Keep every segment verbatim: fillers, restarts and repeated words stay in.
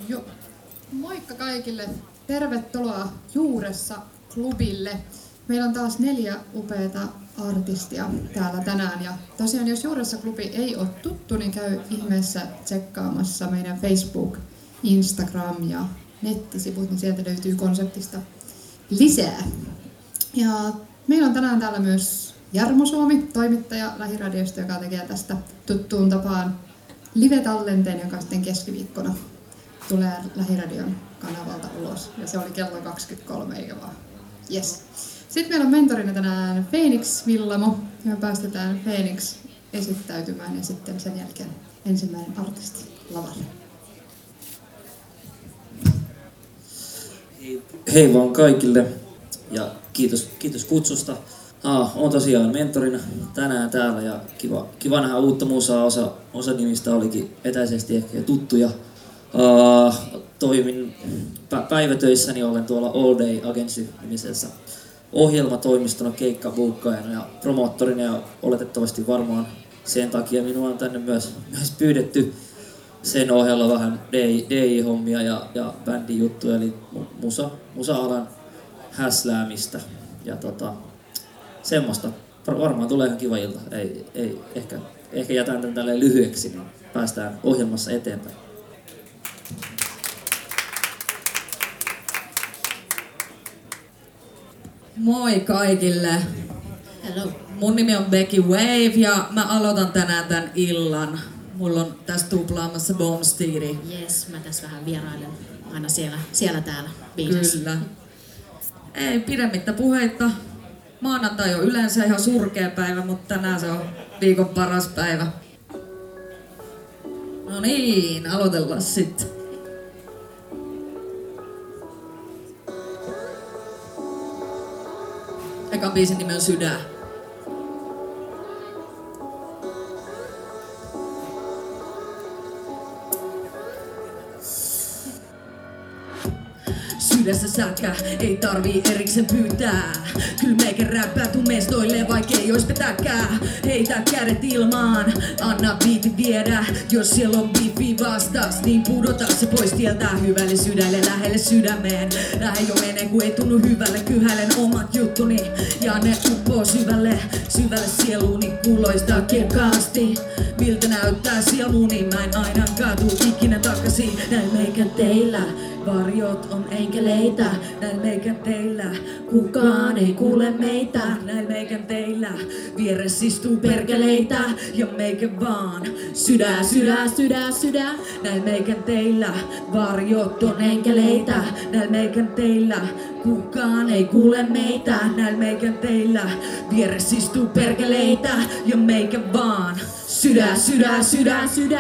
Jo. Moikka kaikille! Tervetuloa Juuressa klubille. Meillä on taas neljä upeata artistia täällä tänään. Ja tosiaan, jos Juuressa klubi ei ole tuttu, niin käy ihmeessä tsekkaamassa meidän Facebook, Instagram ja nettisivut, niin sieltä löytyy konseptista lisää. Ja meillä on tänään täällä myös Jarmo Suomi, toimittaja Lähiradiosta, joka tekee tästä tuttuun tapaan live-tallenteen, joka sitten keskiviikkona tulee Lähiradion kanavalta ulos. Ja se oli kello kaksikymmentäkolme, eikä vaan? Yes. Sitten meillä on mentorina tänään Phoenix Villamo, ja me päästetään Phoenix esittäytymään ja sitten sen jälkeen ensimmäinen artisti lavalle. Hei, hei vaan kaikille ja kiitos, kiitos kutsusta. Ah, olen tosiaan mentorina tänään täällä ja kiva, kiva nähdä uutta musaa. Osa, osa nimistä olikin etäisesti ehkä jo tuttuja. Uh, toimin pä- päivätöissäni, olen tuolla All Day Agency-nimisessä ohjelmatoimistona keikkabuukkaajana ja promoottorina ja oletettavasti varmaan sen takia minua on tänne myös, myös pyydetty sen ohella vähän D I-hommia ja, ja bändijuttuja eli musa, musa-alan häsläämistä ja tota, semmoista. Varmaan tulee ihan kiva ilta. Ei, ei, ehkä, ehkä jätän tämän tälleen lyhyeksi, niin päästään ohjelmassa eteenpäin. Moi kaikille! Hello. Mun nimi on Becky Wave ja mä aloitan tänään tän illan. Mulla on tässä tuplaamassa Bonesteeri. Yes, mä tässä vähän vierailen aina siellä, siellä täällä biisissä. Kyllä. Ei pidemmittä puheitta. Maanantai on yleensä ihan surkea päivä, mutta tänään se on viikon paras päivä. No niin, aloitellaan sitten. Ekan biisin nimi on Sydän. Sydässä sätkä, ei tarvii erikseen pyytää. Kyl meikä räppää tuu mestoille, vaikkei ois petäkää. Heitä kädet ilmaan, anna biiti viedä. Jos siellä on biifi vastas, niin pudota se pois tieltä. Hyvälle sydälle, lähelle sydämeen. Lähe jo menee, kun ei tunnu hyvälle. Kyhäilen omat juttuni ja ne uppoo syvälle. Syvälle sieluuni kuuloistaa kirkkaasti. Miltä näyttää sieluni, mä en ainakaan tuu ikinä takaisin. Näin meikän teillä. Varjot on enkeleitä, näin meikän teillä. Kukaan ei kuule meitä, näin meikän teillä. Vieressä istuu perkeleitä ja meikän vaan. Sydä, sydä, sydä, sydä. Näin meikän teillä. Varjot on enkeleitä, näin meikän teillä. Kukaan ei kuule meitä, näin meikän teillä. Vieressä istuu perkeleitä ja meikän vaan. Sydä, sydä, sydä, sydä.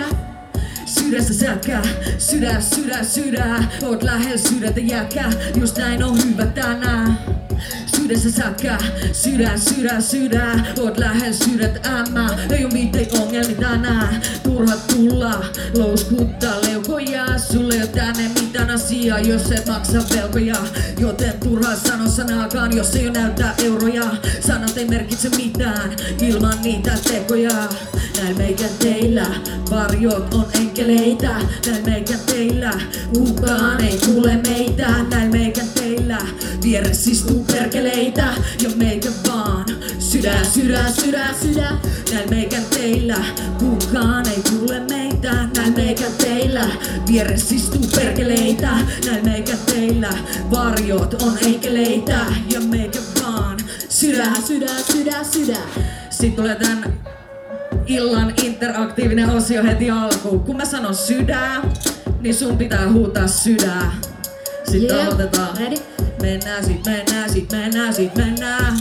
Sydässä sätkä, sydä, sydä, sydä. Oot lähellä sydäntä jätkä, just näin on hyvä tänään. Sydässä sätkä, sydä, sydä, sydä. Oot lähellä sydäntä ämmää, ei oo mitään ongelmia tänään. Turha tulla, louskuttaa leukoja. Sulle ei oo tänne mitään asiaa, jos et maksa velkoja. Joten turha sano sanaakaan, jos ei oo näyttää euroja. Sanat ei merkitse mitään, ilman niitä tekoja. Näin meikän teillä, varjot on enkeleitä. Näin meikän teillä, kukaan ei kuule meitä. Näin meikän teillä, vieressä istuu perkeleitä ja meikän vaan. Sydä, sydä, sydä, sydä. Näin meikän teillä, kukaan ei kuule meitä. Näin meikän teillä, vieressä istuu perkeleitä. Näin meikän teillä, varjot on enkeleitä ja meikän vaan. Sydä, sydä, sydä, sydä. Sitten tulee tän illan interaktiivinen osio heti alkuun. Kun mä sanon sydän, niin sun pitää huutaa sydän. Sitten yeah. Aloitetaan. Ready? Mennään, sit mennään, sit mennään, sit mennään.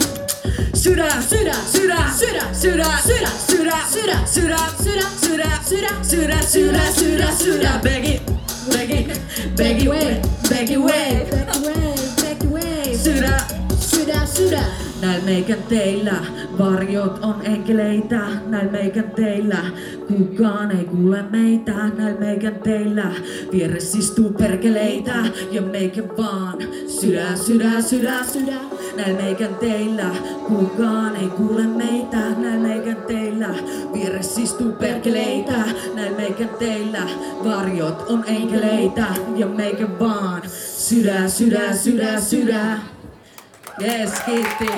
Sydän, sydän, sydän, sydän, sydän, sydän, sydän, sydän, sydän, sydän, sydän, sydän, sydän, sydän, sydän, sydän. Becky, Becky, Becky Wave, Becky Wave, Becky Wave, Becky Wave. Sydän, sydän, sydän. Näin meikän teillä, varjot on enkeleitä. Näin meikän teillä, kukaan ei kuule meitä. Näin meikän teillä, vieressä istuu perkeleitä ja meikän vaan. Sydä, sydä, sydä, sydä. näin meikän teillä. Kukaan ei kuule meitä, näin meikän teillä. Vieressä istuu perkeleitä, näin meikän teillä. Varjot on enkeleitä ja meikän vaan sydä, sydä, sydä, sydä. Jes, kiitti.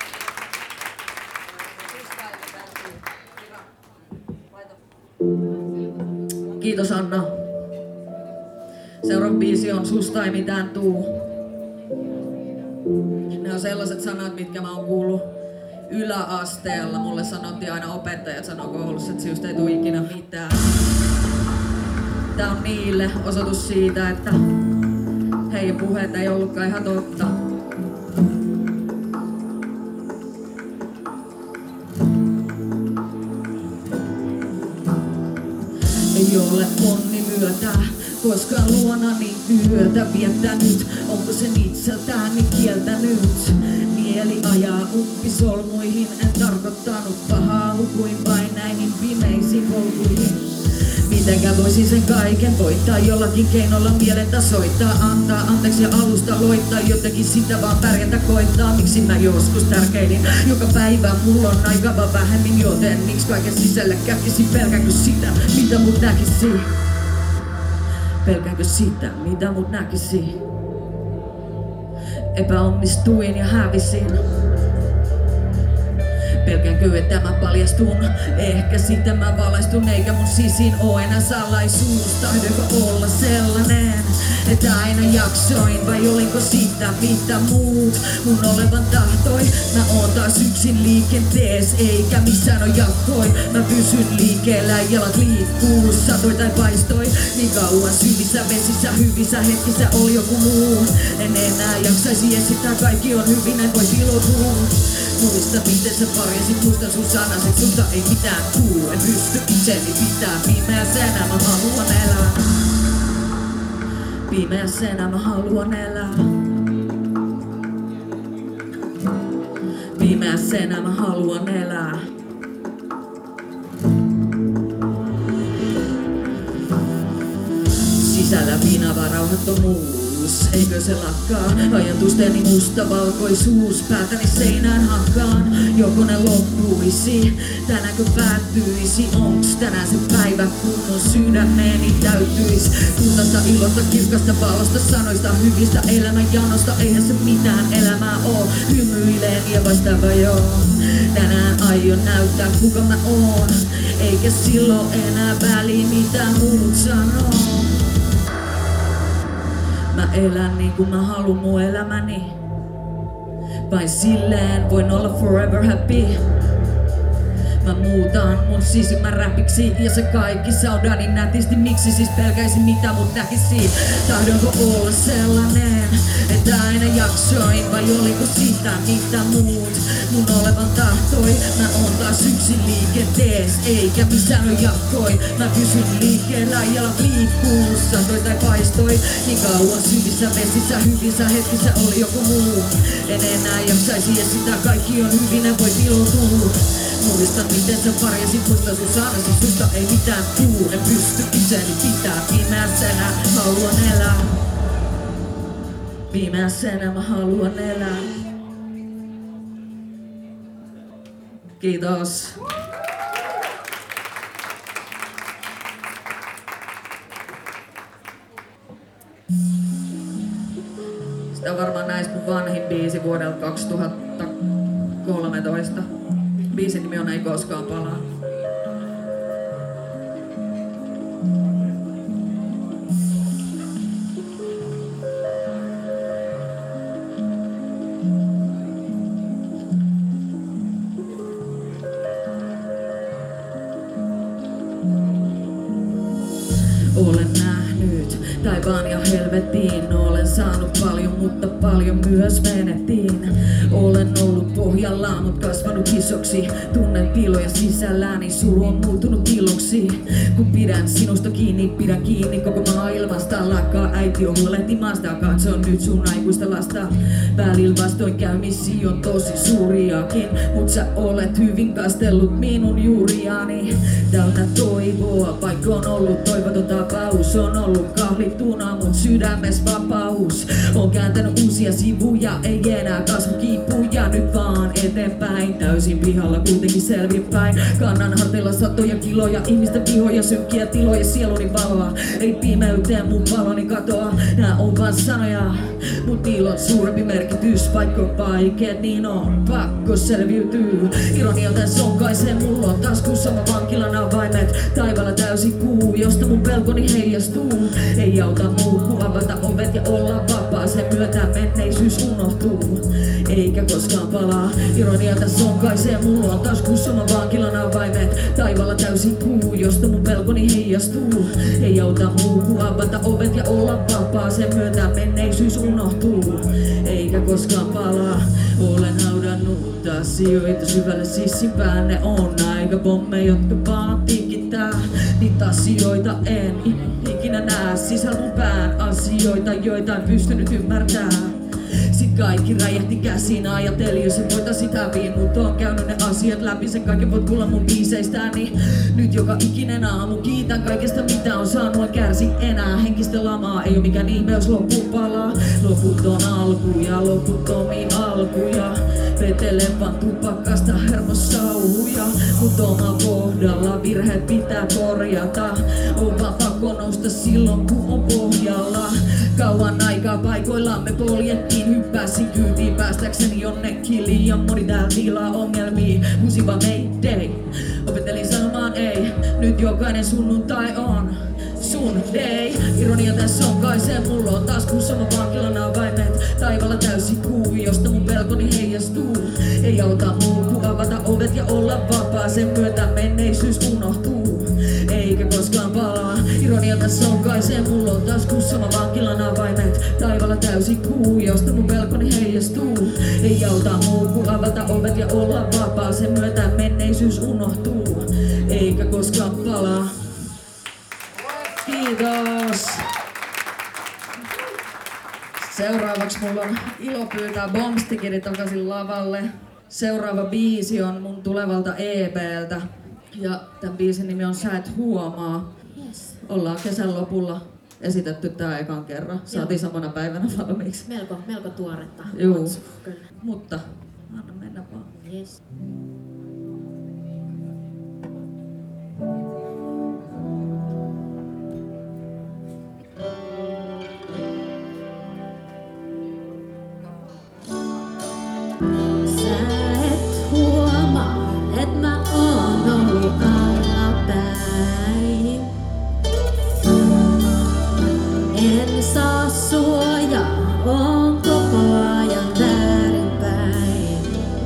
Kiitos Anna. Seuraava biisi on Susta ei mitään tuu. Ne on sellaiset sanat, mitkä mä oon kuullut yläasteella. Mulle sanottiin aina opettajat sanoo koulussa, että sinusta ei tuu ikinä mitään. Tää on niille osoitus siitä, että heidän puheet ei ollutkaan ihan totta. Ei ole onni myötä, koskaan luonani yötä viettänyt. Onko sen itseltään kieltänyt? Mieli ajaa uppisolmuihin, en tarkoittanut pahaa, hukuin vain näihin pimeisiin polkuihin. Mitenkä voisin sen kaiken voittaa, jollakin keinolla mielen tasoittaa, antaa anteeksi ja alusta loittaa, jotenkin sitä vaan pärjätä koittaa. Miksi mä joskus tärkeilin, joka päivä mulla on aika vaan vähemmin, joten miksi kaiken sisällä kätkisi, pelkäänkö sitä, mitä mut näkisi? Pelkäänkö sitä, mitä mut näkisi? Epäonnistuin ja hävisin. Pelkäänkö, että mä paljastun? Ehkä sitä mä valaistun, eikä mun sisin oo enää salaisuus. Tahdonko olla sellainen, että aina jaksoin? Vai olinko sitä, mitä muut mun olevan tahtoi? Mä oon taas yksin liikentees, eikä missään oo jatkoi. Mä pysyn liikkeellä, jalat liikkuu, satoi tai paistoi. Niin kauan syvissä vesissä, hyvissä hetkissä oli joku muu. En enää jaksaisi esittää, kaikki on hyvin, en voi piiloutua. Muista miten sä parjasit, muistan sun sanaset, sulta ei mitään tuu. En pysty itseni pitää, pimeäsenä mä haluan elää. Pimeäsenä mä haluan elää. Pimeäsenä mä haluan elää. Sisällä pinava rauhattomuus. Eikö se lakkaa? Ajatusteni mustavalkoisuus. Päätäni seinään hakkaan. Joko ne loppuisi? Tänäänkö päättyisi? Onks tänään se päivä, kun mun sydämeni täytyis? Kultaista ilosta, kirkasta valosta, sanoista hyvistä elämän janosta. Eihän se mitään elämää oo. Hymyilen ja vastaava joo. Tänään aion näyttää kuka mä oon. Eikä silloin enää väliä mitä muut sanoo. Mä elän niin kuin mä haluun mun elämäni. Vain silleen voin olla forever happy. Mä muutan mun sisimmän räpiksi ja se kaikki saudaa niin nätisti. Miksi siis pelkäisin mitä mut näkisi? Tahdonko olla sellainen, että aina jaksoin? Vai oliko sitä mitä muut mun olevan tahtoi? Mä oon taas yksin liikentees, eikä missään oo jatkoi. Mä pysyn liikkeellä, jalat liikkuu, satoi tai paistoi. Niin kauan syvissä vesissä, hyvissä hetkissä oli joku muu. En enää jaksaisi esittää, kaikki on hyvin, en voi piiloutua. Muistan miten sä parjasit, muistan sun sanasi, susta ei mitään tuu. En pysty itseni pitää, pimeäsenä haluan elää. Pimeäsenä mä haluan elää. Kiitos. Sitä on varmaan näistä mun vanhin biisi vuodelta kaksituhattakolmetoista. Biisin nimi on Ei koskaan palaa. Olen nähnyt taivaan ja helvetin. Olen saanut paljon, mutta paljon myös menettiin. Olen ollut pohjallaan, mut kasvanut isoksi. Tunnen tiloja sisälläni, suru on muuttunut iloksi. Kun pidän sinusta kiinni, pidän kiinni koko maailmasta. Lakkaa äiti on huolehtimasta, katso nyt sun aikuista lasta. Välillä vastoinkäymisi on tosi suuriakin, mut sä olet hyvin kastellut minun juuriani. Täynnä toivoa, vaikka on ollut toivoton tapaus. On ollut kahli soittuna, mut sydämes vapaus. On kääntänyt uusia sivuja, ei enää kasvu kipuja. Nyt vaan eteenpäin, täysin pihalla kuitenkin selvinpäin. Kannan harteilla satoja kiloja, ihmisten vihoja, synkkiä tiloja, sieluni valoa. Ei pimeyteen mun valoni katoa, nää on vaan sanoja. Mut niillä on suurempi merkitys, vaikka on vaikeet, niin on pakko selviytyy. Ironialta sonkaisee, mulla on taskussa sama vankilan avaimet. Taivaalla täysi kuu, josta mun pelkoni heijastuu. Ei auta muu kuin avata ovet ja olla vapaa, sen myötä menneisyys unohtuu. Eikä koskaan palaa, ironialta sonkaisee, mulla on taskussa sama vankilan avaimet. Taivaalla täysi kuu, josta mun pelkoni heijastuu. Ei auta muu kuin avata ovet ja olla vapaa, sen myötä menneisyys unohtuu. Eikä koskaan palaa, olen haudannut asioita syvälle sissimpään. Ne on aika pommeja, jotka vaan tikittää. Niitä asioita en ikinä näe sisällä mun pään. Asioita, joita en pystynyt ymmärtää. Sit kaikki räjähti käsiin, ajattelin jos se voitais häviin. Mut on käynyt ne asiat läpi, sen kaiken voit kuulla mun biiseistäni. Nyt joka ikinen aamu kiitän kaikesta mitä on saanut, en kärsi enää. Henkistä lamaa, ei oo mikään ihme jos loppu palaa. Loputon alkuja, loputtomia alkuja. Vetelen vaan tupakkasta hermossauhuja. Mut oma kohdalla virheet pitää korjata. On vaan pakko nousta silloin kun on pohjalla. Kauan aikaa paikoillamme poljettiin, hyppäsin kyytiin päästäkseni jonnekin. Liian moni täällä tilaa ongelmia, huusin vaan mayday. Opettelin sanomaan ei, nyt jokainen sunnuntai on sun day. Ironia tässä on kai se, mulla on taskussa mä vankilan avaimet. Taivaalla täysi kuu, josta mun pelkoni heijastuu. Ei auta muu kuin avata ovet ja olla vapaa, sen myötä menneisyys unohtuu. Eikä koskaan palaa, ironia tässä on kai se, mulla on taskussa mä vankilan avaimet. Taivaalla täysi kuu, josta mun pelkoni heijastuu. Ei auta muu kuin avata ovet ja olla vapaa, sen myötä menneisyys unohtuu. Eikä koskaan palaa. Kiitos! Seuraavaksi mulla on ilo pyytää Bombstickerit takaisin lavalle. Seuraava biisi on mun tulevalta E P:ltä. Ja tämän biisin nimi on Sä et huomaa. Yes. Ollaan kesän lopulla esitetty tää ekan kerran. Saatiin samana päivänä valmiiksi. Melko, melko tuoretta. Juu. Kyllä. Mutta anna mennä vaan. Yes. Sä et huomaa, et mä oon ollut allapäin. En saa suojaa, oon koko ajan väärinpäin.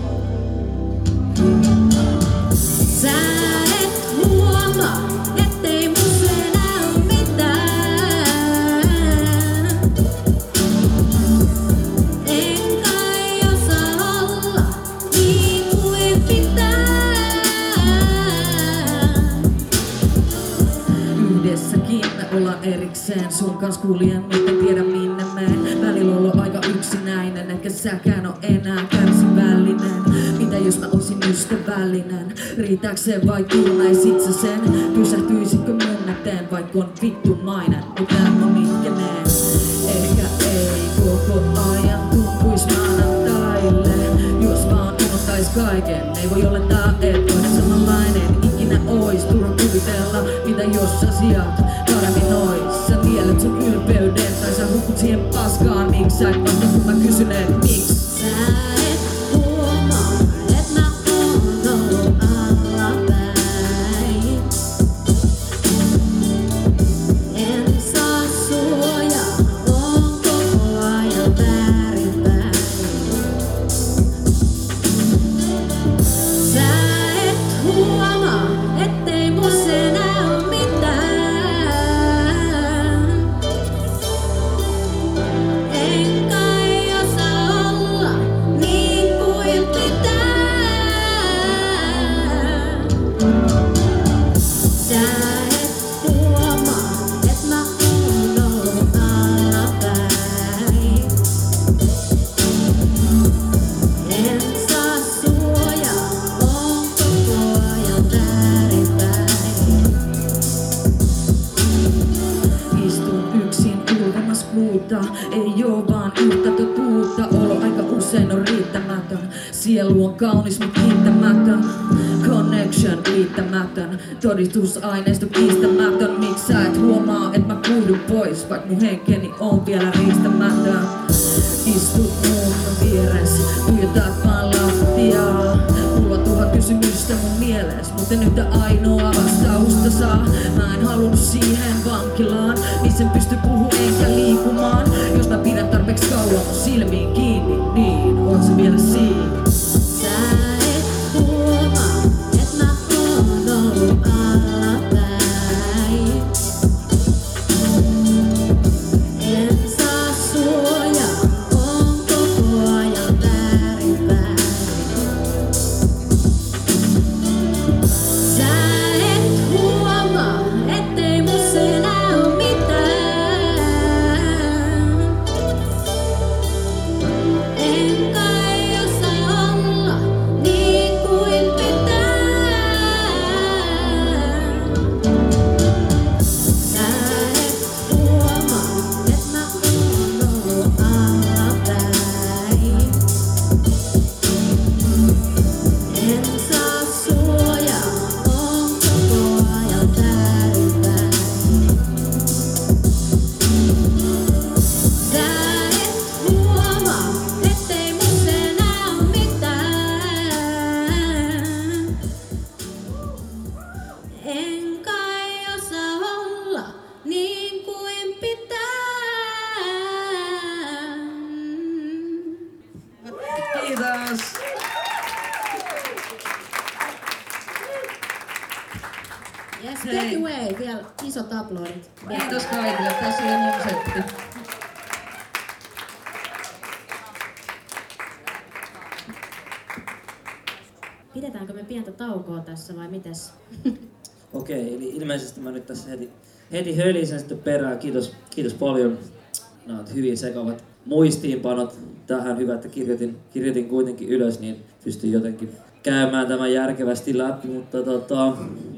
Sä et huomaa, ettei musta enää oo mitään. En kai osaa olla niin kuin pitää. Yhdessäkin me ollaan erikseen, sun kans kuljen, mutta en tiedä minne meen. Välillä on aika yksinäinen, etkä säkään oo enää kärsivällinen. Mitä jos mä olisin ystävällinen? Riittääks se vai tunnaisit sä sen? Pysähtyisitkö mun eteen, vaikka on vittumainen, mut nää on itkeneen. Ehkä ei koko ajan tuntuis maanantaille. Jos vaan unohtais kaiken, ei voi olettaa, et toinen samanlainen ikinä ois. Turha kuvitella, mitä jos asiat paremmin ois. Sä nielet sun ylpeyden tai sä hukut siihen paskaan. Miks sä et vasta kun mä kysyn, et miks? Sä et huomaa, et mä oon ollut allapäin. En saa suojaa, oon koko ajan väärinpäin. Sä et huomaa, ettei musta enää oo mitään. En kai huutaa. Ei oo vaan yhtä totuutta, olo aika usein on riittämätön. Sielu on kaunis mut kiittämätön, connection riittämätön. Todistusaineisto kiistämätön, miksi sä et huomaa et mä kuihdun pois, vaik mun henkeni on vielä riistämätön. Istut mun vieres, tuijotat vaan lattiaa. Mulla on tuhat kysymystä mun mieles, mutta en yhtä ainoa vastausta saa. Mä en halunnut siihen vankilaan, missä en pysty puhu enkä liikumaan. Jos mä pidän tarpeeksi kauan mun silmiin kiinni, niin on se vielä siinä. Sä et huomaa, et mä oon ollut alapäin. En saa suojaa, on koko ajan väärinpäin. Sä et huomaa, ettei musta enää oo mitään. En kai osaa olla niin kuin pitää. Sä et huomaa, et mä oon ollut alapäin. En saa suojaa, on koko ajan väärinpäin. Sä et huomaa, ettei musta enää oo mitään. En kai osaa olla niin kuin pitää. Kiitos! Yes, take away. Vielä isot aplodit. Kiitos kaikille, tässä oli mun setti. Pidetäänkö me pientä taukoa tässä vai mites? Okei, eli ilmeisesti mä nyt tässä heti, heti hölisen sitten perään. Kiitos, kiitos paljon. Nämä ovat hyvin sekavat muistiinpanot. Tähän hyvä, että kirjoitin, kirjoitin kuitenkin ylös, niin pystyn jotenkin käymään tämän järkevästi läpi. Mutta tota,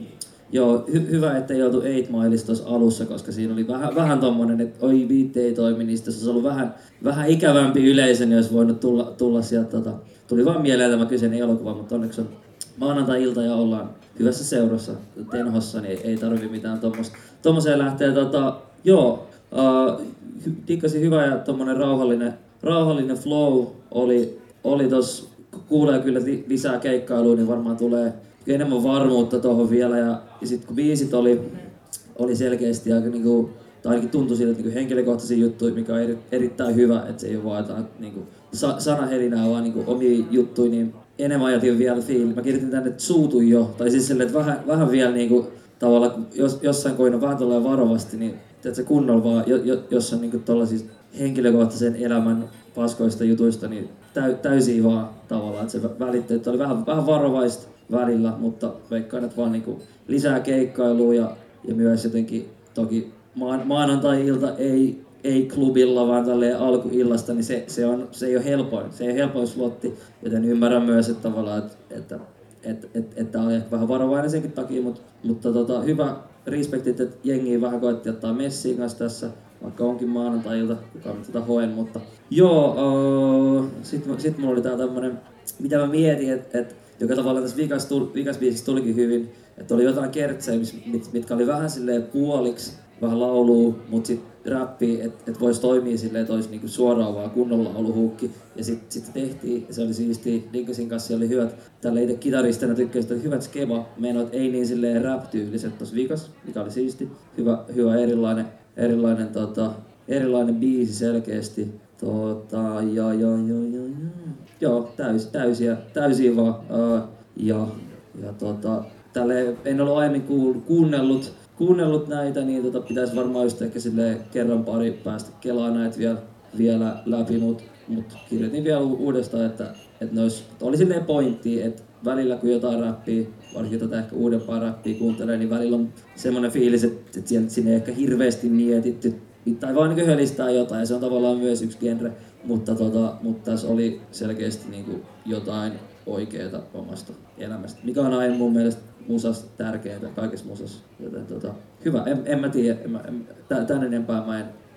joo, hy- hyvä, ettei joutu eight Miles tuossa alussa, koska siinä oli vähän, vähän tommonen, että oi viitti ei toimi, niin sitten olisi ollut vähän, vähän ikävämpi yleisö, niin olisi voinut tulla, tulla sieltä. Tota, tuli vaan mieleen tämä kyseinen elokuva, mutta onneksi on maanantai-ilta ja ollaan hyvässä seurassa Tenhossa, niin ei tarvi mitään tommosta, tommoseen lähteä. Tota, joo, uh, dikkasin hyvä ja tommonen rauhallinen, rauhallinen flow oli, oli tossa, kuulee kyllä li, lisää keikkailua, niin varmaan tulee enemmän varmuutta tohon vielä. Ja, ja sit kun biisit oli, oli selkeästi aika niinku, tai ainakin tuntui siltä, että niinku henkilökohtaisia juttuja, mikä on eri, erittäin hyvä, että se ei ole vaan jotain niinku, sa, sanahelinää, vaan niinku, omia juttuja, niin enemmän ajatin vielä fiili. Mä kirjoitin tänne, että suutui jo, tai siis silleen, että vähän, vähän vielä niinku, tavallaan, jos, jossain koina vähän tolleen varovasti, niin teetkö kunnolla vaan, jo, jo, jos on niinku tollaisia henkilökohtaisen elämän paskoista jutuista, niin täy, täysiä vaan tavallaan, että se välittyi, että oli vähän, vähän varovaista välillä, mutta veikkaan, että vaan niinku lisää keikkailua ja, ja myös jotenkin toki maan, maanantai-ilta ei, ei klubilla, vaan tälleen alkuillasta, niin se, se, on, se ei ole helpoin, se ei ole helpoin slotti, joten ymmärrän myös, että tavallaan, että, että että et, et tää oli ehkä vähän varovainen senkin takia, mutta, mutta tota, hyvä respektit, että jengi vähän koetti ottaa messiin kanssa tässä, vaikka onkin maanantai-ilta, kukaan mä tätä hoen, mutta joo, uh, sit, sit mulla oli tää tämmönen, mitä mä mietin, että et, joka tavallaan tässä vikas, tuli, vikas biisissä tulikin hyvin, että oli jotain kertsejä, mit, mitkä oli vähän silleen puoliksi, vähän laulua, mut sit räppiä, että et vois toimia silleen, että olisi niinku suoraan vaan kunnolla lauluhuukki. Ja sit, sit se tehtiin, ja se oli siistiä. Dinkasin kanssa oli hyvät, tällä itse kitaristina tykkäsin, että hyvät skeba menot, ei niin silleen rap-tyyliset tossa viikossa, mikä oli siisti. Hyvä, hyvä erilainen, erilainen, tota, erilainen biisi selkeästi. Tota, ja, ja, ja, ja, ja. Joo, täys, täysiä, täysiä vaan. Uh, ja, ja tota, tälle en ollut aiemmin kuul, kuunnellut, kuunnellut näitä, niin tota, pitäisi varmaan just ehkä silleen kerran pari päästä kelaa näitä vielä, vielä läpi, mutta mut kirjoitin vielä uudestaan, että, että ne olisi, oli silleen pointti, että välillä kun jotain räppiä, varsinkin tätä ehkä uudempaa räppiä kuuntelee, niin välillä on semmoinen fiilis, että, että sinne ei ehkä hirveästi mietitty, tai vaan niin hölistää jotain, ja se on tavallaan myös yksi genre, mutta, tota, mutta tässä oli selkeästi niin kuin jotain oikeeta omasta elämästä, mikä on aina mun mielestä musasta tärkeintä, kaikessa musassa. Joten tota, hyvä, en, en mä tiedä, en mä, en, tän enempää mä en,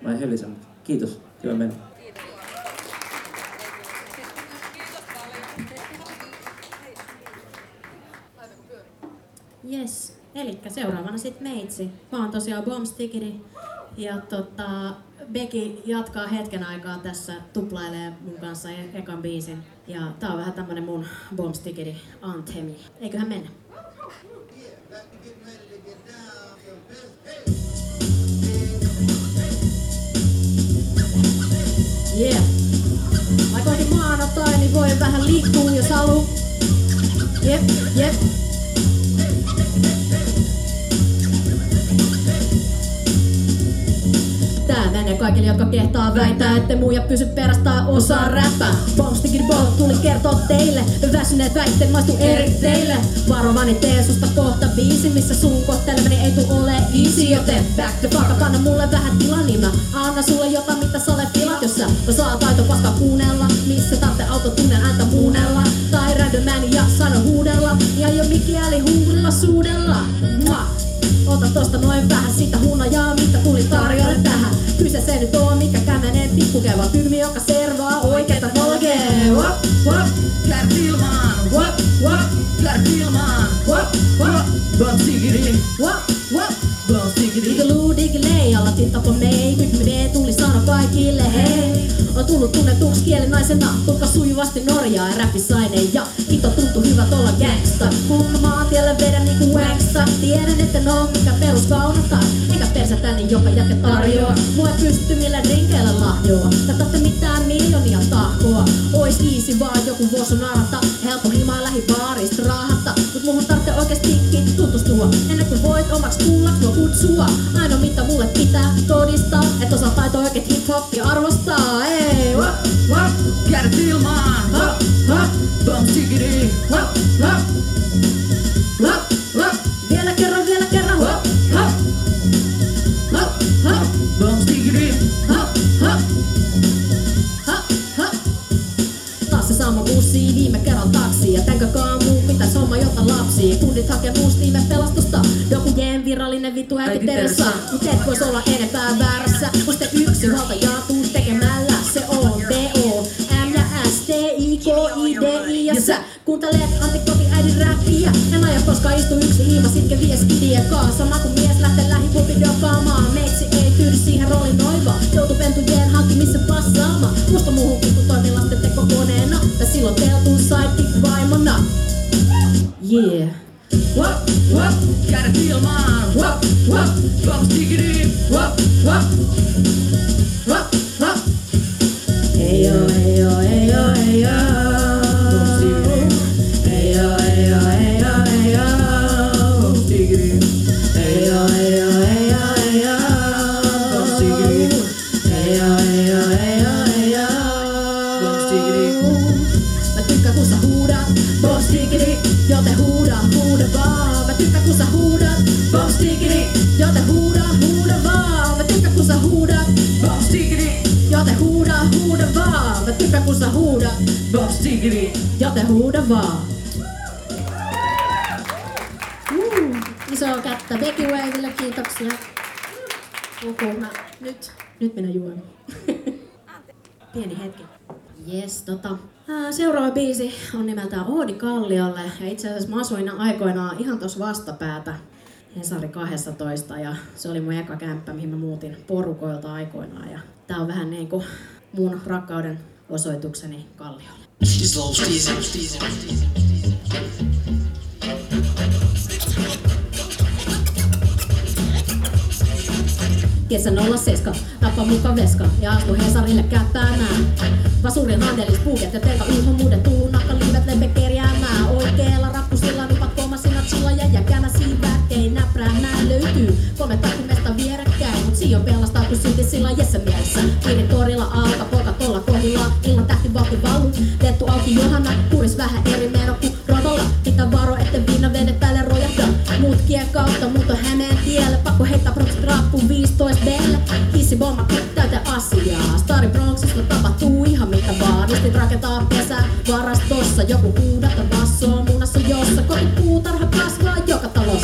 mä en helise, mutta kiitos. Hyvä mennä. Yes. Elikkä seuraavana sit meitsi. Mä oon tosiaan Bombstickeri. Ja tota, Becky jatkaa hetken aikaa tässä, tuplailee mun kanssa e- ekan biisin. Ja tää on vähän tämmönen mun Bombstickeri anthemi. Eiköhän mennä? Yeah. Vaikka onkin maanantai, niin voi vähän liikkuu jos haluu. Jep, jep. Tää menee kaikille, jotka kehtaa väittää, ette muija pysy perästä tai osaa räppää. Bombstickeri Bolt tuli kertoo teille, väsyneet väitteet maistu eri teille. Varovani teen susta kohta biisi, missä sun kohtelemani ei tuu ole easy. Joten back the fuck up, anna mulle vähän tilaa, niin mä anna sulle jotain, mitä sä olet tilat. Jos sä osaa taito paskaa kuunnella, missä tarvitse autotunnen ääntä muunnella. Tai randomani ja sano huudella, ja jo mikiäli huudella suudella. Mua. Ota tosta noin vähän sitä hunajaa, mitä tuli tarjolle tähän. Kyse se nyt on, mikä kämenen pikkukeva pygmi, joka servaa oikeeta volgee. Wop, wop, klärt ilmaan. Wop, wop, klärt ilmaan. Wop, wop, Bombstickeri. Wop, wop, Bombstickeri. Digaloo, digalei, alla titta på mig. Nyt me tuli sano kaikille hei. On tullut tunnetuksi kielinaisena, tulka sujuvasti Norjaa ja räppisaineen. Ja hito tuntuu hyvät olla gangsta, kun mä maantielle vedän niinku wanksta. Tiedän etten oo mikä perus kaunata, eikä persätäni joka jätkä tarjoa. Mua ei pysty millään drinkeillä lahjoa, tätätte mitään miljoonia tahkoa. Ois easy vaan joku voisu narata, helppo himaa lähibaarista raahata. Mut muhun tarvitsee oikeestikin tutustua, ennen kuin voit omaks kuullaks mua kutsua. Ainoa mitä mulle pitää todistaa, et osaa taitoa oikeet hip-hopia arvostaa. Ei, wop, wop, klärt ilmaan. Wop, wop, Bombstickeri. Wop, wop, wop, wop. Vielä kerran, vielä kerran. Wop, wop, wop, wop, Bombstickeri. Wop, wop, wop, wop. Taas se sama bussi, viime kerran taksi. Ja tänkö kaamuun pitäis homma jotta lapsia. Kundit hakee muust viime pelastusta. Dokujen virallinen vittu äiti Teresa. Mut et vois olla enempää väärässä. Muste yksi huolta jaatuu tekemällä. Se on D O M ja S T I K I D I ja sä kuuntelet Antti Kotin äidin räppiä. En aja koskaan istu yksi hiima sitke vieskidie kaa. Sama kun mies lähtee lähipubi dokaamaan. Meitsi ei tyydy siihen roolin noiva. Joutu pentujen hankkimisen passaamaan. Musta muuhunkin kun toimin lasten tekokoneena. Ja silloin teltuun sidekick vaimona. Yeah. Wop, wop, klärt ilmaan. Wop, wop, Bombstickeri. Wop, wop, wop, wop. Eyo, eyo, eyo, eyo. Bombstickeri. Eyo, eyo, eyo, eyo. Bombstickeri. Eyo, eyo, eyo, eyo. Bombstickeri. Eyo, eyo, eyo, eyo. Bombstickeri. Mä tykkään kun sä huudat. Bombstickeri. Joten huuda, huuda vaan. Mä tykkään kun sä huudat. Bombstickeri. Joten huuda, huuda vaan. Mä tykkään kun sä huudat. Bombstickeri. Joten huuda, huuda vaan. Mä tykkään kun sä huudat. Bombstickeri. Joten huuda vaan. Uh, isoa kättä Becky Wavelle, kiitoksia. Uhu, mä nyt, nyt minä juon. Pieni hetki. Jes, tota. Ää, seuraava biisi on nimeltään Oodi Kalliolle. Ja itse asiassa mä asuin aikoinaan ihan tossa vastapäätä Hesari kaksitoista. Ja se oli mun eka kämppä, mihin mä muutin porukoilta aikoinaan. Ja tää on vähän niinku mun rakkauden osoitukseni Kalliolle. Kesä nolla seitsemän, tappa muka veska ja astu Hesarille käppäämään. Vasurin handelis puuket ja teiltä ulhomuuden tullut nakkaliivet lempe kerjäämään. Oikeella rappusilla nupat kolmasina chilla ja jäkänä siinä värkein näpräämään löytyy. Kolme takkumesta vierekkäin, mut Sion pelastaa kun silti sillä jessä mielessä. Kiirin torilla alka, poika tolla kohdilla, ilman tähti vauhti valuu. Lettu auki Johanna, kuuris vähän eri meno kuin rodolla. Pitää varo etten viina vedet päälle rojahda. Mutkien kautta mut on Hämeen tielle, pakko heittää proksit rappuun viisitoista Belle. Hissibomma täyteen asiaa. Stari Bronxissa tapahtuu ihan mitä vaan. Ristit rakentaa pesää varastossa. Joku huudata bassoa munassa jossa. Kotipuutarha kasvaa joka talossa.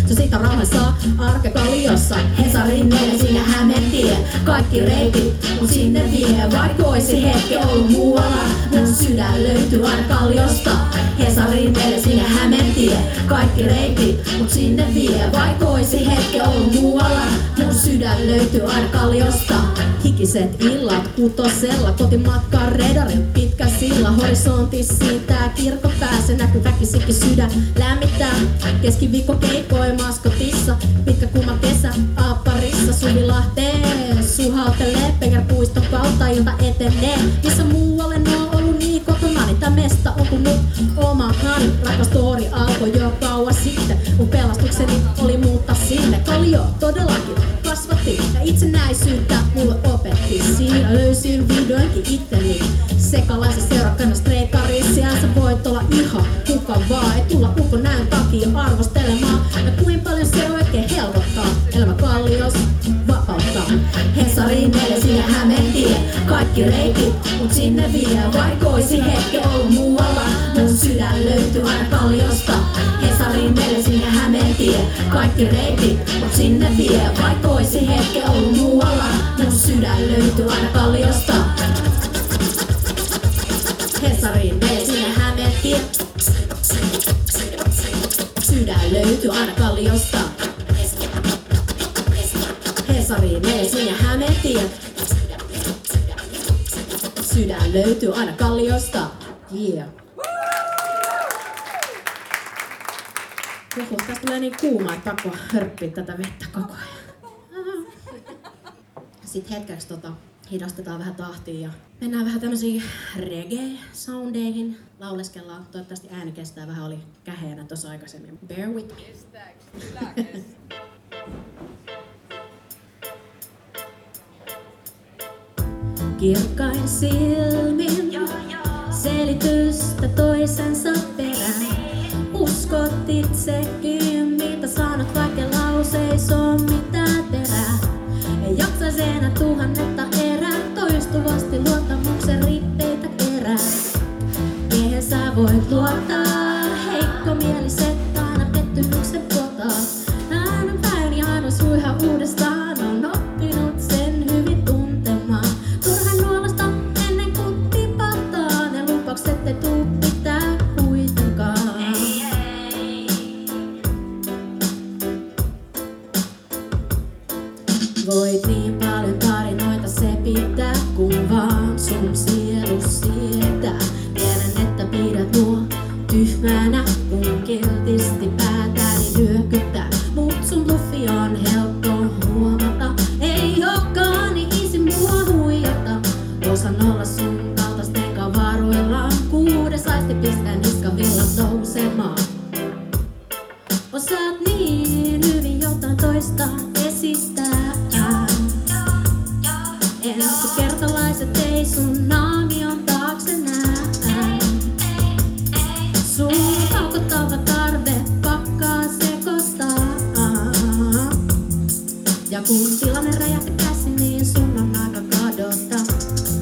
Se siitä rauhassa Arkekaliossa. Hesarin meille sinne Hämeentie. Kaikki reitit mun sinne vie. Vaikka oisi hetki ollut muualla, mun sydän löytyy Arkaliosta. Hesarin meille sinne Hämeentie. Kaikki reitit mut sinne vie. Vaikka oisi hetki ollut muualla, mun sydän löytyy Arkaliosta. Hikiset illat kutosella, kotimatkaan redarin pitkä silla. Horisontti siitä kirkon päässä näkyy väkisikin sydän lämmittää. Keskiviikko keikoi maskotissa, pitkä kuuma kesä Aapparissa. Suvilahteen suhauttelee, Pengerpuiston kautta ilta etenee. Missä muualle no ollut niin kotona, niin tää mesta on kun mun omahan. Rakas tori alkoi jo kauan sitten, mun pelastukseni oli muuttaa sinne. Kallio todellakin kasvatti ja itsenäisyyttä mulle opetti. Siinä löysin vihdoinkin itteni sekalaisen seurakannas treikkarissa. Siellä sä voit olla ihan kuka vaan, ei tulla ulkonäön takia arvostelemaan. Ja kuin paljon se oikein helpottaa, elämä Kallios vapauttaa. Hesarin meille sinne Hämeentie, kaikki reitit mut sinne vie. Vaikka oisi hetki ollut muualla, mun sydän löytyy aina Kalliosta. Hesarin meille sinne Hämeentie, kaikki reitit mut sinne vie. Vaikka oisi hetki ollut muualla, mun sydän löytyy aina Kalliosta. Hesariin meille sinne Hämeentie. Sydän löytyy aina Kalliosta. Hesariin meille sinne Hämeentie. Sydän löytyy aina Kalliosta. Yeah. Joku, tästä tulee niin kuuma, että pakko hörppiä tätä vettä koko ajan. Sitten hetkeksi tota, hidastetaan vähän tahtia ja mennään vähän tämmösiin reggae-soundeihin. Lauleskellaan. Toivottavasti ääni kestää. Vähän oli käheenä tossa aikaisemmin. Bear with me. Kirkkain silmin selitystä toisensa perään. Uskot itsekin, mitä sanot, vaikka lauseis on mitään terää. Ei jaksais enää tuhannetta erää, toistuvasti luottamuksen rippeitä kerää. Miehen sä voit luottaa, heikkomieliset aina pettymyksen potaa. Aina päin ja aina suiha uudestaan, on oppinut sen hyvin tuntemaan. Turha nuolesta ennen kuin tipahtaa, ne lupaukset ei tuu pitää kuitenkaan. Voit niin paljon tarinoita sepittää, kun vaan sun sielu sietää. Tiedän, että pidät mua tyhmänä, kun kiltisti päätäni nyökyttää. Mut sun bluffi on helppo huomata, ei ookaan niin easy mua huijata. Osan olla sun kaltaisten kavaruillaan, kuudes aisti pistää niskavillat nousemaan. Osaat niin hyvin jotain toista esistää. Ensikertalaiset ei sun naamion taakse näe. Sun paukottava tarve pakkaa sekostaa. Ja kun tilanne räjähtää käsi, niin sun on aika kadota.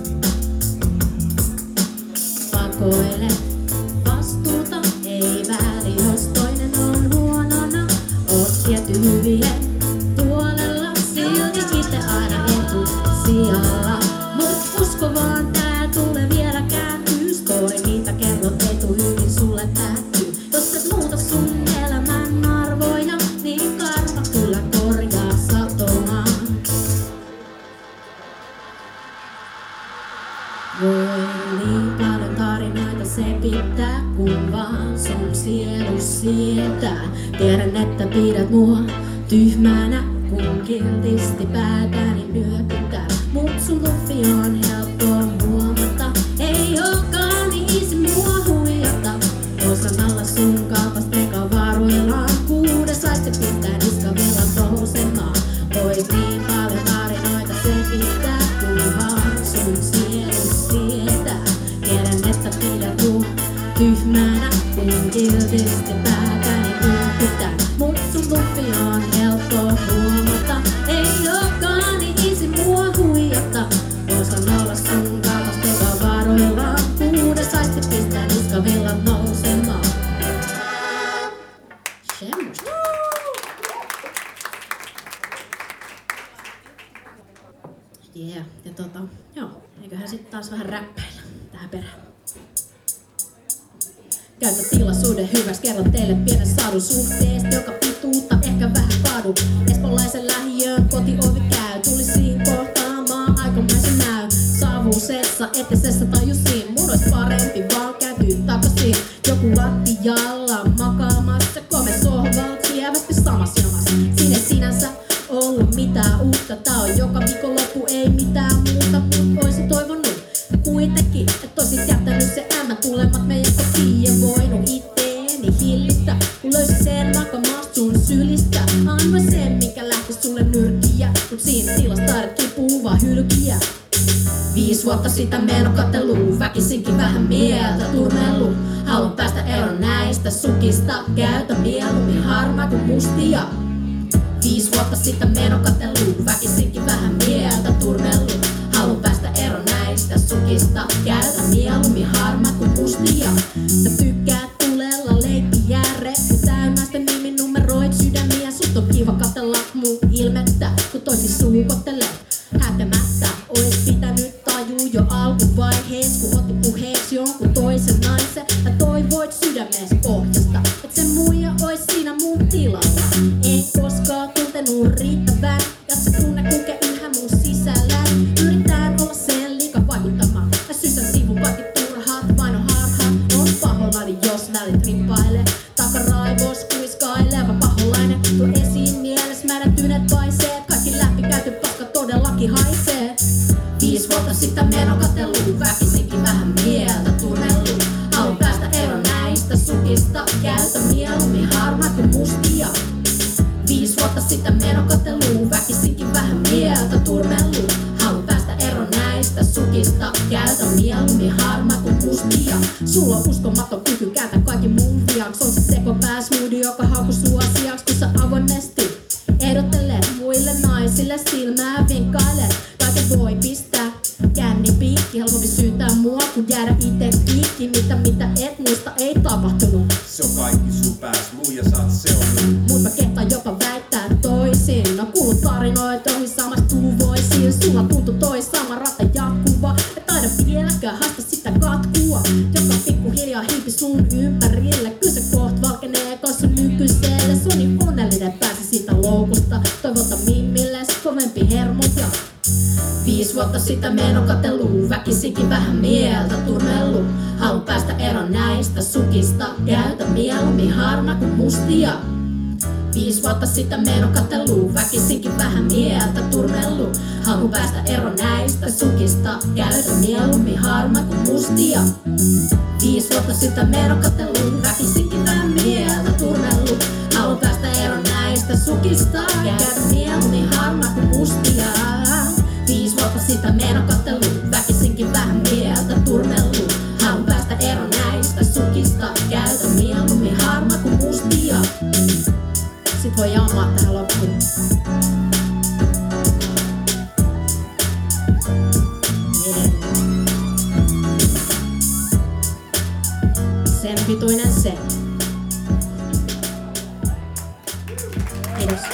Pakoile vastuuta, ei väli jos toinen on huonona. Oot tietty hyvien puolella, silti itse aina etusijalla. Mut usko vaan, tää tulee vielä kääntyy. Story, mitä kerrot, ei tuu hyvin sulle päättyy. Jos et muuta sun elämän arvoja, niin karma kyllä korjaa satomaan. Voi niin paljon tarinoita sepittää, kun vaan sun sielu sietää. Tiedän, että pidät mua tyhmänä, kun kiltisti päätäni nyökyttää. Mut sun bluffi on helppo huomata, ei ookaan niin easy mua huijata. Osan alla sun kalpasten kavaruillaan, kuudes aisti pistää niskavillat nousemaan. Voit niin paljon tarinoita sepittää, kun vaan sun sielu sietää. Tiedän, että pidät mua tyhmänä, kun kiltisti päätäni nyökyttää. Mut sun bluffi on helppo huomata, ei ookaan niin easy mua huijata. Osan olla sun kalpasten kavaruillaan, kuudes aisti pistää niskavillat nousemaan. Semmosta. tota, joo, eiköhän sitten taas vähän räppäillä tähän perään. Käytän tilaisuuden hyväksi, kerron teille pienen sadun suhteesta, joka pituutta ehkä vähän kadu. Espoolaisen lähiön kotiovi käy, tulisin kohtaamaan aikomaisen näy. Savuusessa, etisessä tajusin, mun ois parempi vaan kääntyy takaisin. Joku lattialla makaamassa, kome sohvalta sievästi samas jamas. Siinä sinänsä ollut mitään uutta, tää on joka viikonloppu, ei mitään muuta, mut oisin toivonut kuitenkin, et oisit jättänyt se ämmä tulemat meidän kotiin ja voinut itteeni hillistä. Kun löysin sen makamasta sun sylistä, annoin sen mikä lähti sulle nyrkkiä, mut siinä tilassa taidat kipuu vaan hylkiä. Viisi vuotta sitä meno katteluu, väkisinkin vähän mieltä turmellu. Haluan päästä eron näistä sukista, käytä mieluummin harmaa kuin mustia. Viisi vuotta sitä meno katteluu, väkisinkin vähän mieltä turmellu. Haluan päästä eron näistä sukista, käytä mieluummin harmaa kuin mustia. Sä tykkäät tulella leikkijärre, kun täynnäistä niminumeroit sydämiä. Sut on kiva katsella mun ilmettä, kun toisin suukottelet. Häpemättä ois pitänyt tajua jo alkuvaiheessa, kun otti puheeksi jonkun toisen naisen. Ja toivoit sydämees pohjasta, et se muija ois siinä mun tilalla. En koskaan tuntenut riittävän, ja se tunne kulkee yhä mun sisällään. Yritän olla sen liika vaikuttamaan, ja sysän sivun kaikki turhat vainoharhat. On pahoillani jos välit rimpailee, takaraivos kuiskaileva paholainen. Tuo esiin mieles määrätyneet paiseet, kaikki läpikäyty paska todellakin haisee. Viisi vuotta sitten meno katteluu, väkisinkin vähän mieltä tunnellu. Haluan päästä eron näistä sukista, käytä mieluummin harmaa kuin mustia. Viisi vuotta sitten meno katteluu, väkisinkin vähän mieltä turmellu. Haluan päästä eron näistä sukista, käytä mieluummin harmaa kuin mustia. Sulla on uskomaton kyky kääntää kaikki mun viaksi. On se sekopääsmoodi, joka hauku sua asiaksi, kun sä avoimesti ehdottelet muille naisille silmää vinkkailet. Kaiken voi pistää känni piikki, helpompi syytää mua kun jäädä ite kiikki. Mitä mitä et muista ei tapahtunut. Se on kaikki sun pääs, muija sä oot seonnut. Mut mä kehtaan jopa väittää toisin. No kuullut tarinoita, ohi samastuu voisin. Sulla tuntuu toi sama ratta jatkuva. Et taida vieläkään haista sitä katkua, joka pikkuhiljaa hiipi sun ympärille. Kyllä se koht valkenee kanssa nykyiselle. Se on niin onnellinen pääsi siitä loukusta. Toivota mimmilles kovempi hermot ja viisi vuotta sitä meno katteluu, väkisinkin vähän mieltä turmellu. Haluan päästä eron näistä sukista, käytä mieluummin harmaa kuin mustia. Viisi vuotta sitä meno katteluu, väkisinkin vähän mieltä turmellu. Haluan päästä eron näistä sukista, käytä mieluummin harmaa kuin mustia. Viisi vuotta sitä meno katteluu, väkisinkin vähän mieltä turmellu. Haluan päästä eron näistä sukista, käytä mieluummin harmaa kuin mustia. Viisi vuotta sitä meno katteluu, väkisinkin vähän mieltä turmellu. Haluan päästä eron näistä sukista, käytä mieluummin harmaa kuin mustia. Sit voi jammaa tähän loppuun. Yeah. Sen pituinen se. Kiitos.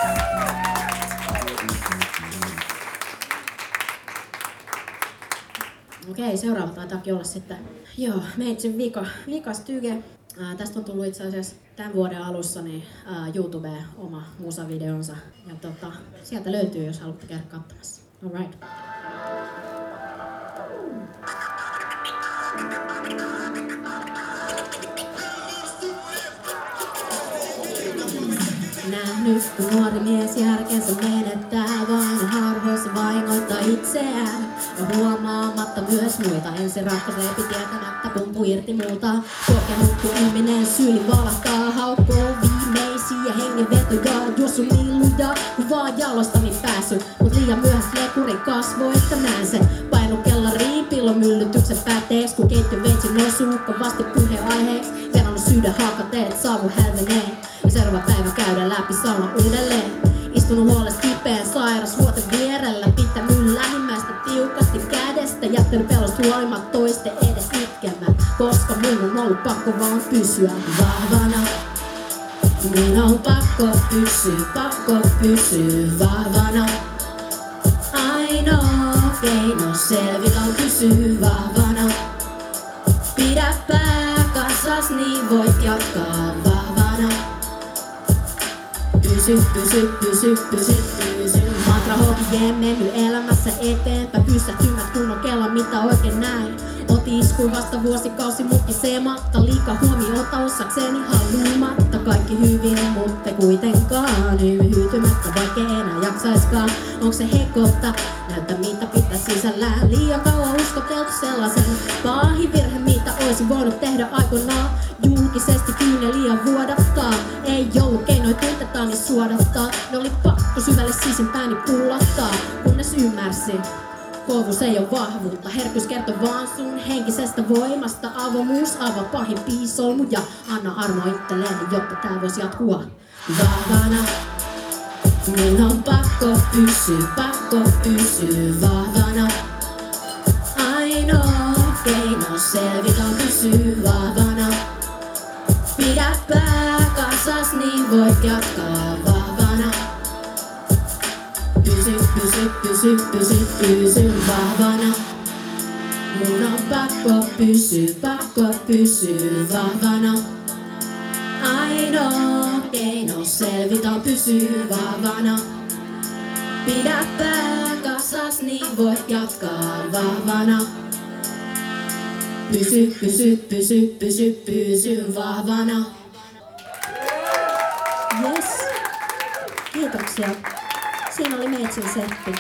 Okei, seuraava taitaakin olla sitten. Joo, meitsin vika, vikas tyke. Ää, tästä on tullut itse asiassa tämän vuoden alussa niin, ää, YouTubeen oma musavideonsa. Ja tota, sieltä löytyy, jos haluatte käydä katsomassa. Alright. Nähnyt, kun nuori mies järkensä menettää, vaan harvoissa vahingoittaa itseään. Ja huomaamatta myös muita, ensin rakkaus reipi tietämättä, pumpu irti multa. Kokenut, kun ihminen syli valahtaa, haukkoo viimeisiä hengenvetoja. Juossu lilluja, kun vaan jalostani päässyt, mut liian myöhäs lekuri kasvoi, että näen sen. Painu kellariin, pillon myllytyksen päätteeksi, kun keitty veitsi nousu kovasti puheenaiheeksi. Venannut sydän hakateet, savu hälvenee. Ja seuraava päivä käydä läpi sauna uudelleen. Istunut huolesta kipeän sairas vuoten vierellä, pitänyt lähimmäistä tiukasti kädestä. Jättänyt pelosta huolimatta toisten edes itkemään, koska minun on ollut pakko vaan pysyä vahvana. Minun on pakko pysyä, pakko pysyä vahvana. Ainoa keino selvitä on pysyä vahvana. Pidä pää kasas, niin voit jatkaa vahvana. Pysy, pysy, pysy, pysy, pysy. Mantra hokien mennyt elämässä eteenpäin. Pysähtymät kun on kello, mitä oikein näin. Oti iskuin vasta vuosikausi mukisee matka. Liika huomiota osakseni haluamatta. Kaikki hyvin, mutta kuitenkaan hyytymättä, vaikka enää jaksaiskaan. Onks se heikkoutta? Näytä mitä pitää sisällään. Liian kauan uskoteltu sellaisen pahin virhe, mitä oisin voinut tehdä aikoinaan. Julkisesti kyyneliä vuodattaa. Ei ollut keinoin tuntetaan niin suodattaa. Ne oli pakko syvälle sisimpääni pullattaa, kunnes ymmärsin. Kovuus ei oo vahvuutta, herkkyys kertoo vaan sun henkisestä voimasta. Avomuus avaa pahin piisolmu ja anna armo itselleen, jotta tää vois jatkua vahvana. Mun on pakko pysyä, pakko pysyä vahvana. Ainoa keino selvitä on pysyä vahvana. Pidä pää kasas, niin voit jatkaa vahvana. Pysy, pysy, pysy, pysy, pysy vahvana. Mun on pakko pysyä, pakko pysyä vahvana. Ainoa keino selvitä on pysyä vahvana. Pidä pää kasas, niin voit jatkaa vahvana. Pysy, pysy, pysy, pysy, pysy vahvana. Yes. Kiitoksia. Siinä oli meitsin setti.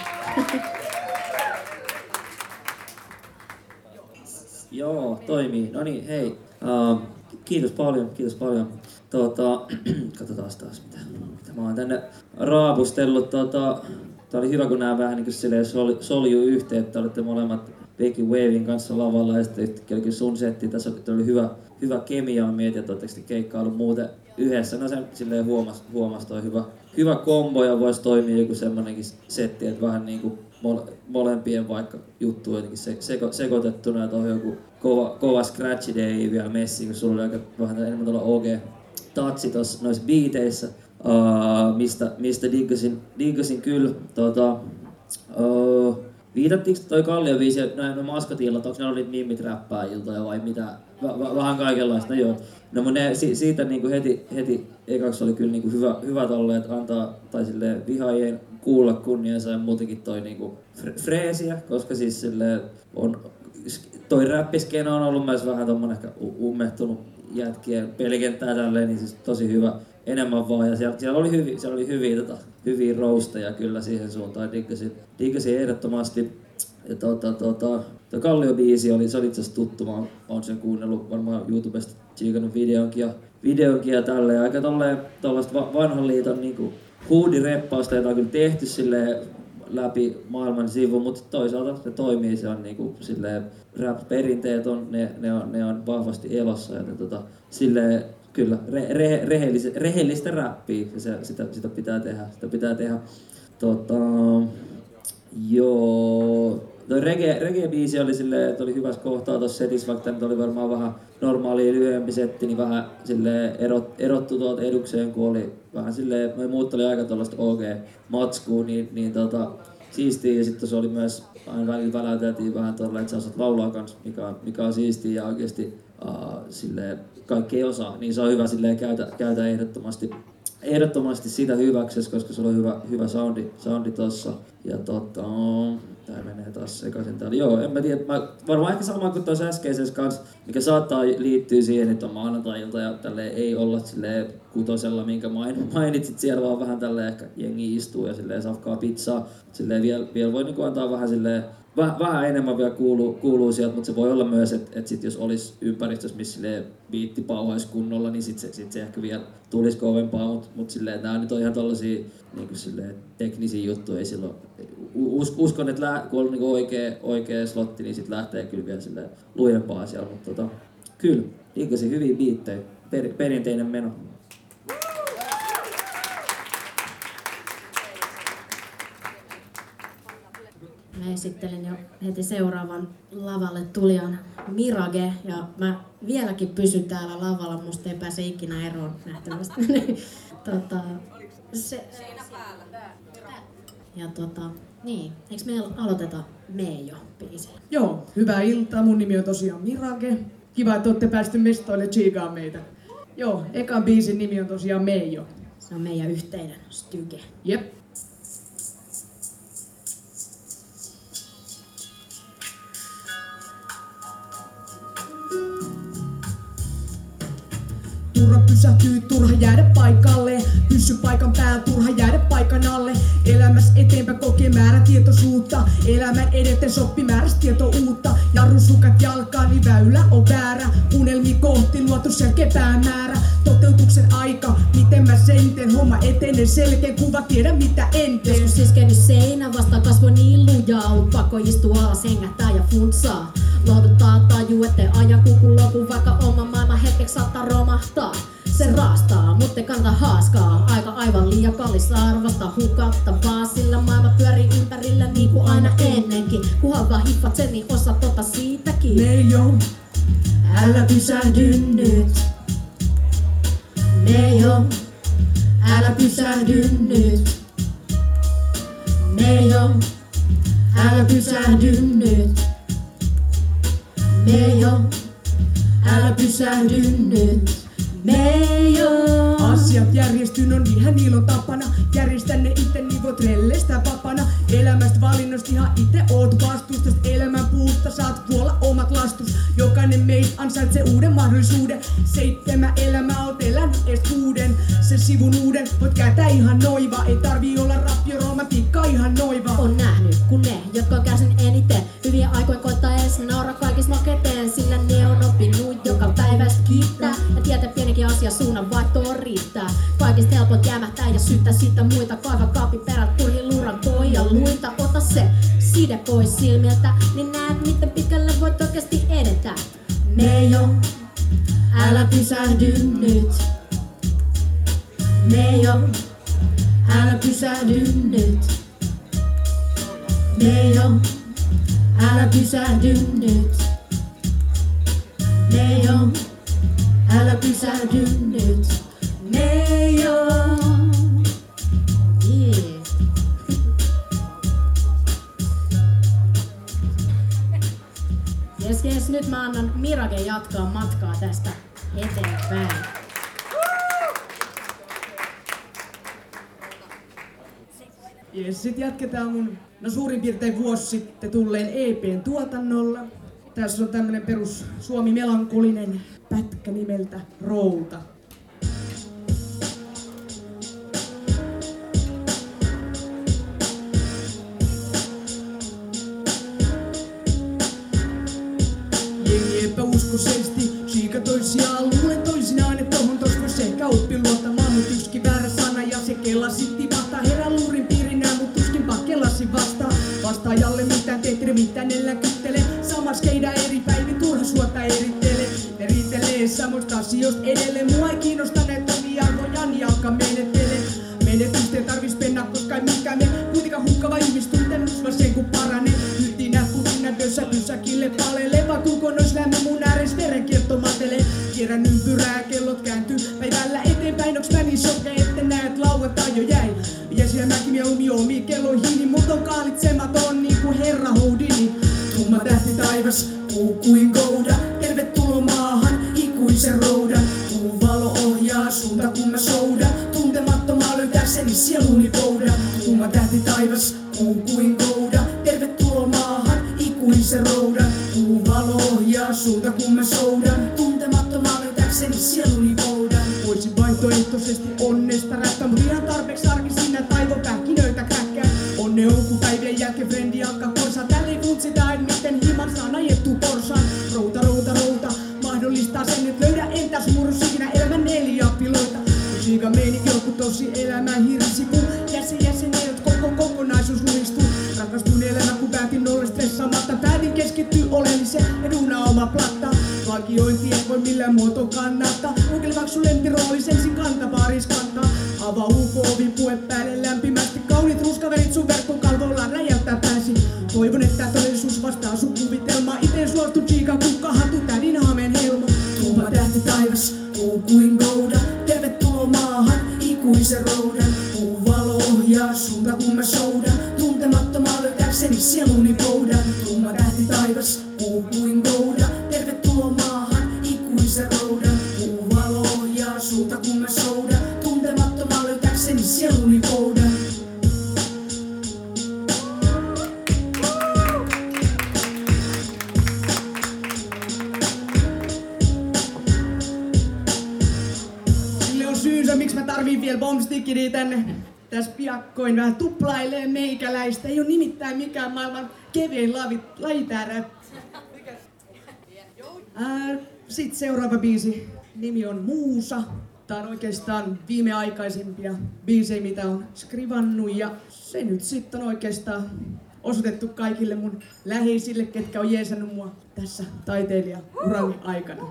Joo, toimii. No niin, hei. Uh, kiitos paljon, kiitos paljon. Tota, katsotaan taas mitä, mitä mä oon tänne raapustellut. Tota, tää oli hyvä kun nää vähän niinku silleen sol, soljuu yhteen, että olette molemmat Becky Wavin kanssa lavalla ja sitten yhtäkkiä olikin sun setti. Tässä oli hyvä, hyvä kemia, on mietin, että ootteko te keikkailu muuten yhdessä. No sen silleen huomas, huomas toi hyvä, hyvä kombo ja vois toimia joku semmonenkin setti, että vähän niinku mole, molempien vaikka juttu jotenkin se, seko, sekoitettuna, että on joku kova, kova scratchy day vielä messi, kun sulla oli aika vähän enemmän tuolla O G-touchi tossa noissa beateissä, uh, mistä, mistä diggasin, diggasin kyllä. Tota, uh, Viitattiinko toi Kalliobiisi näin maskotillat, onko ne ollut niitä mimmit-räppääjiltoja vai mitä? V- v- vähän kaikenlaista, no joo. No mun ne, si- siitä niinku heti, heti ekaksi oli kyllä niinku hyvä, hyvä tolle, että antaa tai silleen vihaajien kuulla kunniansa ja muutenkin toi niinku fre- freesiä, koska siis silleen on, toi räppiskena on ollut myös vähän tommonen ehkä ummehtunut jätkien pelikenttää tälleen, niin siis tosi hyvä. Enemmän vaan, ja siellä, siellä oli hyviä, siellä oli hyviä, tota, hyviä roasteja kyllä siihen suuntaan, diggasin, diggasin ehdottomasti. Ja tota, tota, tuo Kalliobiisi oli, se oli itse asiassa tuttu, mä oon sen kuunnellut varmaan YouTubesta, tsiikannut videonkin ja, videonkin ja tälleen. Aika tolleen, tollaista va- vanhan liiton niinku huudireppausta, jota on kyllä tehty silleen läpi maailman sivun, mutta toisaalta se toimii, se on niinku silleen rap-perinteet on, ne, ne, on, ne on vahvasti elossa, joten tota, silleen kyllä, re, re, rehellistä, rehellistä räppiä, se, sitä, sitä pitää tehdä, sitä pitää tehdä. Tota, joo, toi reggae, reggae-biisi oli silleen, että oli hyvässä kohtaa tossa setissä, vaikka nyt oli varmaan vähän normaali lyhyempi setti, niin vähän silleen erot, erottu tuolta edukseen, kun oli vähän silleen, noi muut oli aika tollaista O G-matskua, niin, niin tota, siistiä, ja sitten se oli myös, aina välillä väläyteltiin vähän tuolla, että sä osaat laulaa kans, mikä on, mikä on siistiä ja oikeesti uh, silleen, kaikki ei osaa, niin se on hyvä silleen käytä, käytä ehdottomasti, ehdottomasti sitä hyväksesi, koska se on hyvä, hyvä soundi, soundi tossa. Ja tota, tää menee taas sekaisin täällä. Joo, en mä tiedä, mä, varmaan ehkä sama kuin tuossa äskeisessä kanssa, mikä saattaa liittyä siihen, että on maanantai-ilta ja tälleen ei olla silleen kutosella, minkä mainitsit siellä, vaan vähän tälleen ehkä jengi istuu ja silleen safkaa pizzaa. Silleen vielä, vielä voi niinku antaa vähän silleen, Väh, vähän enemmän vielä kuuluu, kuuluu sieltä, mutta se voi olla myös, että et sit jos olisi ympäristössä, missä biitti pauhaisi kunnolla, niin sit se, sit se ehkä vielä tulisi kovempaa, mutta mut silleen nää nyt on ihan tollasia niinku silleen teknisiä juttuja, ei silloin, us, uskon, että lää, kun on niinku oikea, oikea slotti, niin sit lähtee kyllä vielä silleen lujempaa siellä, mutta tota, kyllä, diggasin hyviä biittejä, per, perinteinen meno. Mä esittelin jo heti seuraavan lavalle tulijan Mirage, ja mä vieläkin pysyn täällä lavalla, musta ei pääse ikinä eroon nähtävästi. tota, se, ja tota, Niin, eikö me aloiteta Meijo biisillä? Joo, hyvää iltaa. Mun nimi on tosiaan Mirage. Kiva, että olette päästy mestoille tsiigaan meitä. Joo, ekan biisin nimi on tosiaan Meijo. Se on meidän yhteinen styke. Jep. Turha pysähtyy, turha jäädä paikalle. Pysy paikan päällä, turha jäädä paikan alle. Elämässä eteenpäin kokee määrätietoisuutta. Elämän edeten soppi määräs tieto uutta. Jarrusukat jalkaan, niin väylä on väärä. Unelmi kohti luotu selkeä päämäärä. Toteutuksen aika, miten mä sen teen. Homma etenee selkeä kuva, tiedä mitä en tee. Joskus iskenyt seinä, vasta kasvoi niin lujaa. Ollut pakko istua alas, hengähtää ja funtsaa. Lohduttaa taju, ettei ajan kuku lopu, vaikka oma maailma hetkeksi saattaa romahtaa. Se raastaa, mutta ei kannata haaskaa. Aika aivan liian kallis arvosta hukattavaa, sillä maailma pyörii ympärillä niin kuin aina ennenkin. Kunhan vaan hiffat sen, niin osa tota siitäkin. Meijo, Älä pysähdy nyt. Meijo, älä pysähdy nyt. Meijo, älä pysähdy nyt. Meijo, älä pysähdy nyt. Meijo. asiat järjestyy, no niinhän niillä on tapana. Järjestä ne ite, niin voit rellestä vapana. Elämästä valinnosta ihan ite oot vastuus. Tästä elämän puusta saat vuolla omat lastus. Jokainen meistä ansaitsee uuden mahdollisuuden. Seitsemän elämää oot elänyt ees kuuden. Sen sivun uuden voit kääntää ihan noiva. Ei tarvii olla rappio, romantiikka ihan noiva. On nähnyt, kun ne, jotka on kärsin eniten. Hyviä aikoja koittaa ees naura kaikis maketeen. Sillä ne on oppinut joka päivästä kiittää. Ja tietää pienikin asia suunnan vaihtoon riittää. Kaikista helpot jäämähtää ja syyttää siitä muita. Kaiva kaapi perät turhin luuran ja luita. Ota se side pois silmiltä, niin näet miten pitkälle voit oikeesti edetä. Meijo, älä pysähdy nyt. Meijo, älä pysähdy nyt. Meijo, älä pysähdy nyt. Meijo, älä pysähdy nyt. Meijo. Yeah. Jes, jes, nyt mä annan Mirage jatkaa matkaa tästä eteenpäin. Jes, sit jatketaan mun no suurin piirtein vuosi sitten tulleen E P:n tuotannolla. Tässä on tämmönen perus suomi-melankolinen pätkä nimeltä Routa. Jengi epäuskoisesti siika toisiaan, luulen toisinaan, et tohon tos vois ehkä oppi luottamaan. Mut yksikin väärä sana ja se kellasitti vasta. Herää luurin piirinää, mut tuskin pakkelasi vastaan. Vastaajalle mitään teetre, mitään ellä kyttele. Samas keidä eri päivin turha suota erittele. Ne riitelee samoista asioista edelleen. Mua ei kiinnosta näitä omia arvojani jalka menettele. Menetystä ei tarvis mennä, koska ei mikään me. Kuitenkaan hukkava ihmistuntemus vaan sen kun paranee. Ytinä putinä töissä pysäkille palelee. Vakuukon ois lämmö mun ääres verenkierto matelee. Kierrän ympyrää, kellot kääntyy päivällä eteenpäin. Onks mä niin sokea, ette näet lauantai jo jäi. Ja siellä mäkin mieluummin omiin kelloihin. Mut on kaalitsematon niinku herra Houdini. Tumma tähti taivas, puu kuin gouda. Tervetuloa maahan, ikuisen roudan. Kuun valo ohjaa suunta kun mä soudan. Tuntemattomaa löytääkseni sieluni poudan. Tumma tähti taivas, puu kuin gouda. Tervetuloa maahan, ikuisen roudan. Kuun valo ohjaa suunta kun mä soudan. Tuntemattomaa löytääkseni sieluni poudan. Voisin vaihtoehtoisesti onnesta räppää, mut ihan tarpeeksi arkisin nää taivopähkinöitä kräkkää. Onne on kun päivien jälkeen frendi alkaa korsaa. Tälleen funtsitaan, et miten himan saan ajettuu porsaan. Routa, routa, routa, mahdollistaa sen, et löydä entäs murros ikinä elämän neliapiloita. Musiikka meininki on kun tosi elämän hirsipu. Jäsen jäsenet, koko kokonaisuus luistuu. Rakastun elämä kun päätin olla stressaamatta. Päätin keskittyä oleelliseen ja duunaa oma platta. Vakiointi ei voi millään muotoa kannattaa. Onkelmaksu lempirooli sensin kantavaa riskantaa. Avaa upo-ovi pue päälle lämpimästi. Kauniit ruskaverit sun verkon kalvollaan räjäyttää pääsi. Toivon että todellisuus vastaa sun kuvitelmaa. Iten suostu tsiikan kukkahatu tädin haameen helmo. Tumma tähti taivas, puu kuin gouda. Tervetuloa maahan, ikuisen roudan. Puu valo ohjaa suunta kun mä soudan. Tuntemattomaa taivas, kuu kuin gouda. Tervetuloa maahan, ikuisen roudan. Kuu valo ohjaa suuta kun mä soudan. Tuntemattoman löytäkseni sieluni poudan. Sille on syynsä, miksi mä tarviin vielä bombstickinia tänne. Täs piakkoin vähän tuplailee meikäläistä. Ei oo nimittäin mikään maailman kevein laji tää rap. Ää, sit seuraava biisi. Nimi on Muusa. Tää on oikeastaan viimeaikaisimpia biisejä, mitä on skrivannut. Ja se nyt sit on oikeastaan osoitettu kaikille mun läheisille, ketkä on jeesannut mua tässä taiteilijaurani aikana.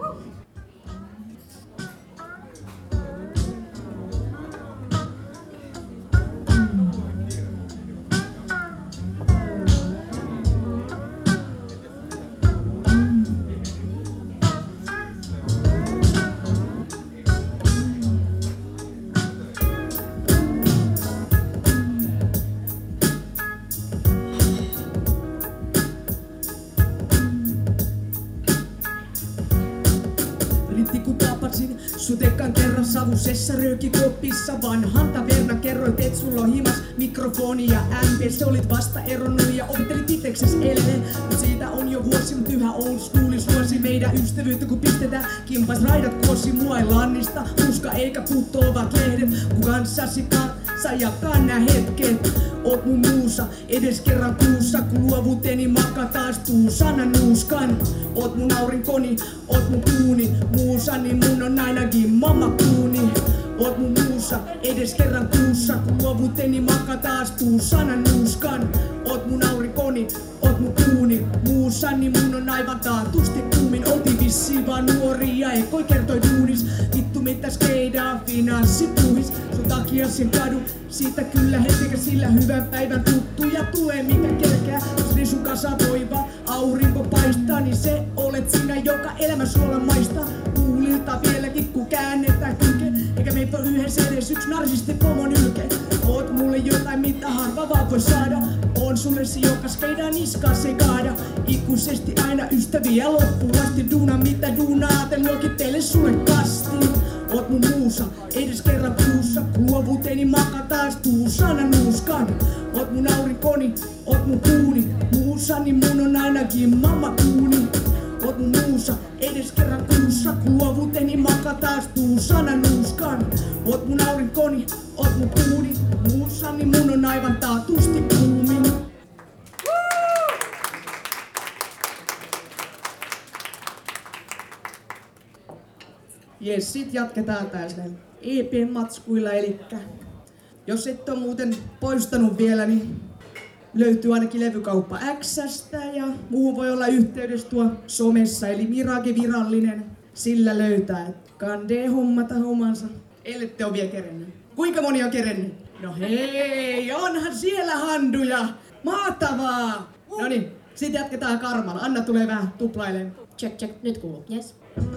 Sut ekan kerran savusessa röökikopissa vanhan taverna kerroit, et sulla on himas mikrofoni ja M P. Se olit vasta eronnut ja opettelit itekses edelleen. Mut siitä on jo vuosi, mut yhä old schooli suosi meidän ystävyyttä, kun pistetään kimpas raidat koosi. Mua ei lannista, uska eikä putoavat lehdet, kun kanssasi kanssa jakaa nää hetket. Oot mun muusa, edes kerran kuussa, kun luovuteni maka taas tuu sanan nuuskan. Oot mun aurinkoni, oot mun kuuni, muusani mun on ainakin mamma kuuni. Oot mun muusa, edes kerran kuussa, kun luovuteni maka taas tuu sanan nuuskan. Oot mun aurinkoni, oot mun kuuni, muusani mun on aivan taatusti kuumin. Oltiin vissiin vaan nuoria, ekoi kertoi duunis. Vittu mitä skeidaa finanssipuhis, sun takia sen kadu. Siitä kyllä hetkekä sillä hyvän päivän tuttuja tulee, mikä kerkeä. Jos risun kasa voiva aurinko paistaa, niin se olet sinä, joka elämä suola maistaa. Kuulilta vieläkin kun käännetään kylke, eikä meitä ole yhdessä edes yks narsisti pomon ylke. Oot mulle jotain mitä harva vaan voi saada. On sulle se joka skeidaa niskaa se kaada. Ikuisesti aina ystäviä loppuun asti. Duuna mitä duunaa, te luokittele sulle kastiin. Oot mun muusa, edes kerran kuussa, kun luovuteni maka taas tuu sanan nuuskan. Oot mun aurinkoni, oot mun kuuni, muusani mun on ainakin mamma kuuni. Oot mun muusa, edes kerran kuussa, kun luovuteni maka taas tuu sanan nuuskan. Oot mun aurinkoni, oot mun kuuni, muusani mun on aivan taatusti kuumin. Jes, sit jatketaan taas näin E P-matskuilla, elikkä jos et oo muuten poistanut vielä, niin löytyy ainakin levykauppa X:stä ja muuhun voi olla yhteydessä tuo somessa, eli Mirage virallinen, sillä löytää, et kandee hommata hommansa, ellette oo vielä kerennyt. Kuinka moni on kerennyt? No hei, onhan siellä handuja! Mahtavaa! Noniin, sit jatketaan Karmalla. Anna tulee vähän tuplailemaan. Check, check, nyt kuuluu, yes.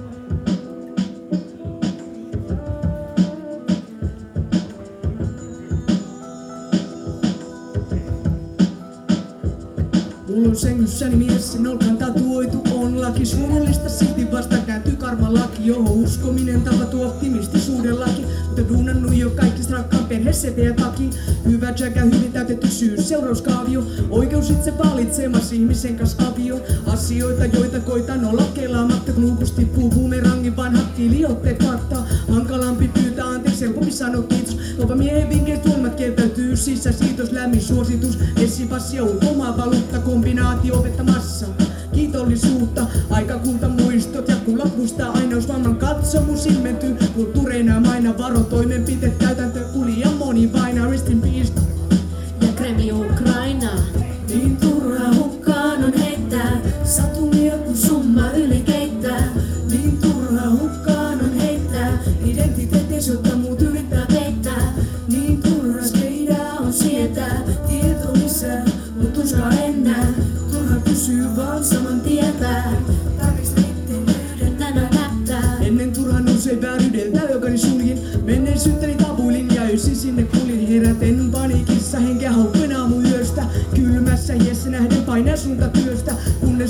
Mulla on sängyssäni mies, sen olkaan tatuoitu on laki. Surullista silti vasta kääntyy karmalaki, johon uskominen tapahtuu optimistisuuden laki. Mutta duunannut jo kaikista rakkaan perhesetä ja taki. Hyvä jäkä, hyvin täytetty syys, seurauskaavio. Oikeus itse valitsemas ihmisen kanssa avio. Asioita, joita koitan olla kelaamatta. Gluukus tippuu bumerangin vanhat tiliotteet faktaa. Hankalampi pyytää anteeksi, helpompi sano kiitos. Kova miehen vinkkeet tuomat kieltäytyy sisäsiitos. Lämmin suositus, essipassi ja ulkomaan valuutta. Kombinaatio opettamassa kiitollisuutta, aikakulta muistot ja kullat muistaa aina, jos vamman katsomus ilmentyy. Kulttuureina maina varo toimenpiteet käytäntö uli ja moni vaina, rest in peace. Ja Kremli Ukraina, niin turha hukkaan on heittää, satumi joku summa yli keittää. Niin turha hukkaan on heittää, identiteetti jotta muut yrittää peittää. Niin turha skeidaa on sietää, tieto lisää, mut tuskaa ennää. Turha kysyy vaan saman tietää, tarviks niitten yhden tänään näyttää. Ennen turhan usein vääryydeltä, jokani suljin menneisyyttäni tapuilin ja öisin sinne kulin. Heräten paniikissa henkeä haukkoin aamuyöstä, kylmässä hiessä nähden painaa suunta työstä. Kunnes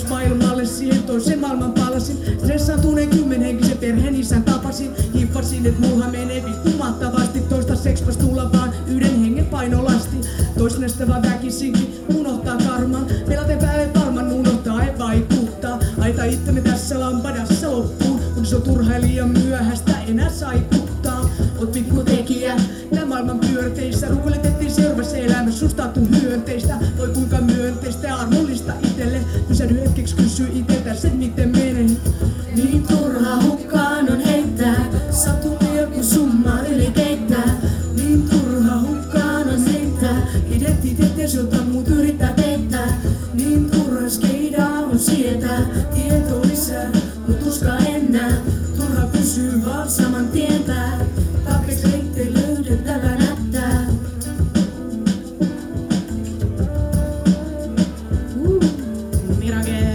pois maailmalle, siihen toisen maailman palasin. Stressaantuneen kymmenhenkisen perheen isän tapasin. Hiffasin, et mulla menee vittu mahtavasti. Toista sekspas tulla vaan yhden hengen painolasti. Toisnesta vaan väkisinkin unohtaa karman. Pelaten päälle varman unohtaa ei vaikuttaa. Aita ittemme tässä lampadassa loppuun. Kun se on turha liian myöhäistä enää saikuttaa. Oot pikku tekijä, nää maailman pyörteissä. Ruuletettiin seuraavassa elämässä susta tuu hyönteistä. Voi kuinka myönteistä ja armollista itelle. Pysähdy hetkeksi kysy iteltäs et miten menee. Niin turha hukkaan on heittää. Sattuu joku summa yli keittää. Niin turha hukkaan on heittää. Identiteetti jota muut yrittää peittää. Niin turha skeidaa on sietää. Tieto lisää, mut uska ennää. Turha pysyy vaan Saman tien pää. Tarpeeksi reittei löydettävä näyttää. Mirage.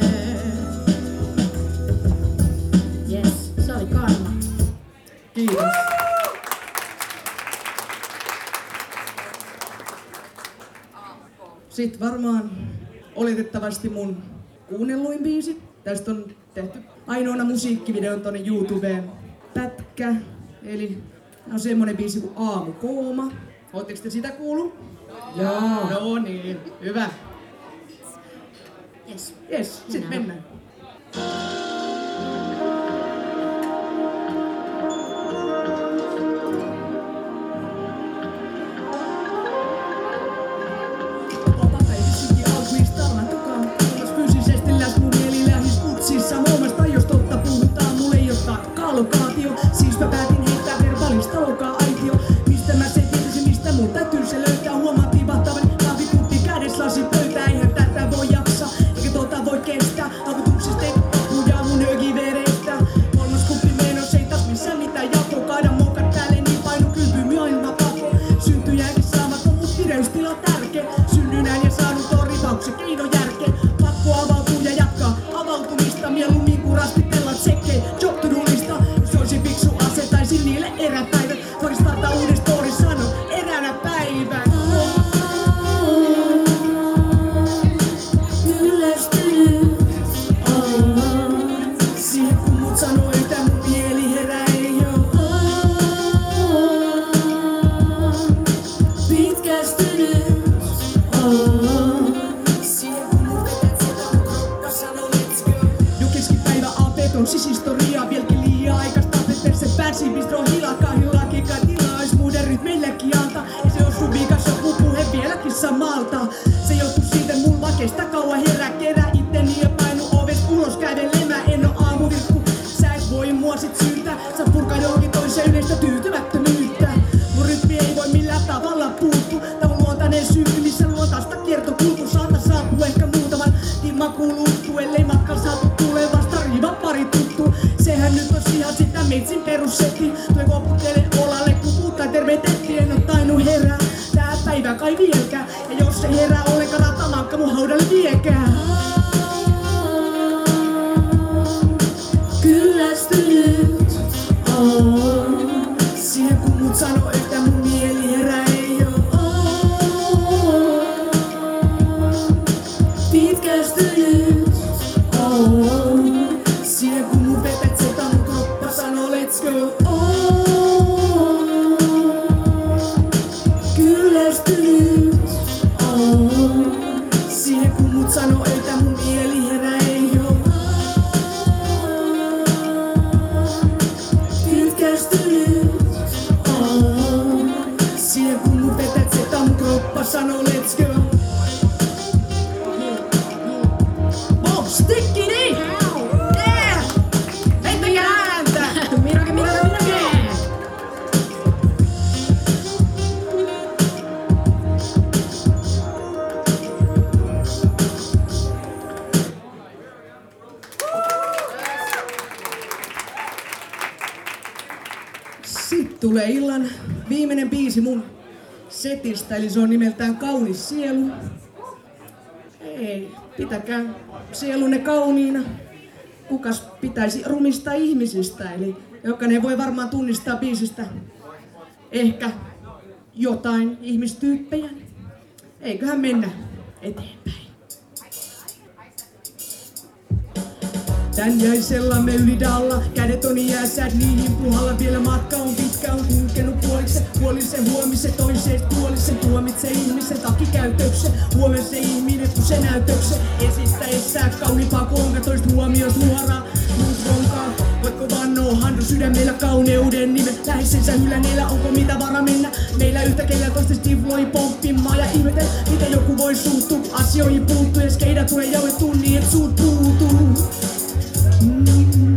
Yes, se oli Karma. Kiitos. Sitten varmaan oletettavasti mun kuunnelluin biisi. Tästä on tehty ainoana musiikkivideo tonne YouTubeen. Pätkä, eli on semmonen biisi kuin Aamukooma. Ootteko te sitä kuullut? Joo. No niin, hyvä. Yes. Yes, sit mennään. Lokaatio. Siis mä päätin heittää verbaalista lokaa aitio. Mistä mä se tietäisin, mistä mun täytyy se löytää. Huomaattiin vahtavan kahvikuppi kädessä lasi pöytää. Eihän tätä voi jaksaa, eikä tota voi kestää. Avoituksista ei puhuja mun ögivereistä. Kolmas kuppi menossa ei taas missään mitään jako. Kaada mokat päälle niin painu kylpy maailma pakko. Syntyjääkin saamaton mut vireystila tärkeä. Synnynään ja saanut on ripauksen keino järkeä. Pakko avautuu ja jatkaa avautumista. Mieluummin kuin rastitellaan tsekkei. Job to do lista. Soisin fiksu asetaisin niille eräpäivät. Voin startaa uuden story sano eräänä päivänä. Kyllästynyt Oh, siihen kun mut sanoo yhtä mun mieli herää ei oo. pitkästynyt. Oh, siihen kun mut vetät sitä mun kroppa sanoo let's go. Jo keskipäivä aapet on siis historiaa vieläkin liian aikaista. Se pääsi bistro hilakaa hilakikaa tilaa ois muuden rytmeillekin antaa. Ja se osuu viikas joku puhe vieläkin samalta. Se johtuu siitä mun vakeista kauan herää kerää itteni ja painu ovesta ulos kävelemään. En oo aamuvirkku, sä et voi mua sit syyttää. Sä purkaa johonkin toiseen yleistä tyytymättömyyttä. Mun rytmi ei voi millään tavalla puuttu. Tää on luontainen syy, missä luontaista kiertokulku saata saapuu ehkä muutaman timman kuluttu. Ellei matkan saatu tulevasta riiva pari tuttu. Sehän nyt on ihan sitä meitsin perussetti. Tue koputtelee olalle kun puuttaa terveytetti. En oo tainnut herää tää päivä kai vieläkään. Ja jos se herää ollenkaan ratamankka mun haudalle viekää. Kyllästynyt. Oh, siihen kun mut sanoo että mun mieli herää ei oo. Pitkästynyt. Oh, siihen kun mun vetät seta mun kroppa sanoo let's go. Oh, Kyllästynyt. oh, siihen kun mut sanoo että mun mieli herää ei oo. Pitkästynyt. Oh, siihen kun mun vetät seta mun kroppa sanoo let's go. Bob Stickini! Yeah! Heittäkää ääntä! Mirage, mirage, mirage! Sitten tulee illan viimeinen biisi mun setistä, eli se on nimeltään Kaunis sielu. Ei, pitäkää sielunne kauniina. Kukas pitäisi rumista ihmisistä, eli jokainen voi varmaan tunnistaa biisistä ehkä jotain ihmistyyppejä. Eiköhän mennä eteenpäin. Tän jäisellä me yli dalla, kädet on iässä, niihin puhalla vielä matka on pitkä, on kulkenut puoliksi, puolisen huomisen toiseen puolisen, tuomitse ihmisen takikäytöksen, huomen se ihminen kun se näytöksen, esittäessään kauniimpaa konka toista huomio suoraan, muut vonkaa, voitko vannoo handu sydämellä kauneuden nimen, läheisensä hylänneellä onko mitä vara mennä, meillä yhtä kellä toista stivloi pomppimaan ja ihmetel, miten joku voi suuttua, asioihin puuttuu ja skeida tulee jauhettua niin et suut puutuu. Mm.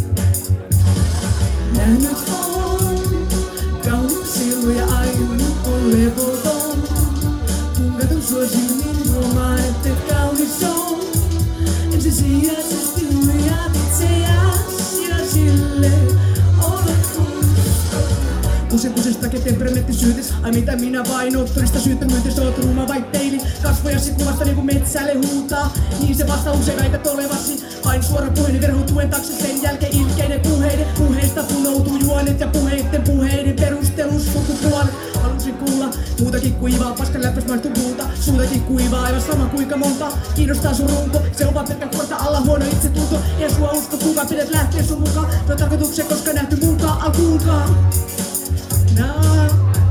Nähnyt on kaunis sielu ja aiemmin on levoton. Kun katon sua silmin huomaa, että kaunis on. Ensisijaisesti nuijat itseäs ja sille olet uskoton. Usekusesta temperamentti syytes, ai mitä minä vain oot todista syyttömyytes, oot ruuma vai teili. Kasvojasi kuvasta niinku metsälle huutaa, niin se vasta usein väität olevasi. Vain suora puheeni verho tuen taakse, sen jälkeen ilkeinen puheiden. Puheista punoutuu juonet ja puheitten puheiden perustelus sukupuolet. Halusin kuulla muutakin kuivaa, paskan läppäs maistuu puuta. Suutakin kuivaa, aivan sama kuinka monta. Kiinnostaa sun runko, se on vaan pelkkä kuorta alla huono itsetunto. En sua usko kukaan, pidät lähteä sun mukaan. No tarkoituksen koska nähty munkaan alkuunkaan. Nää.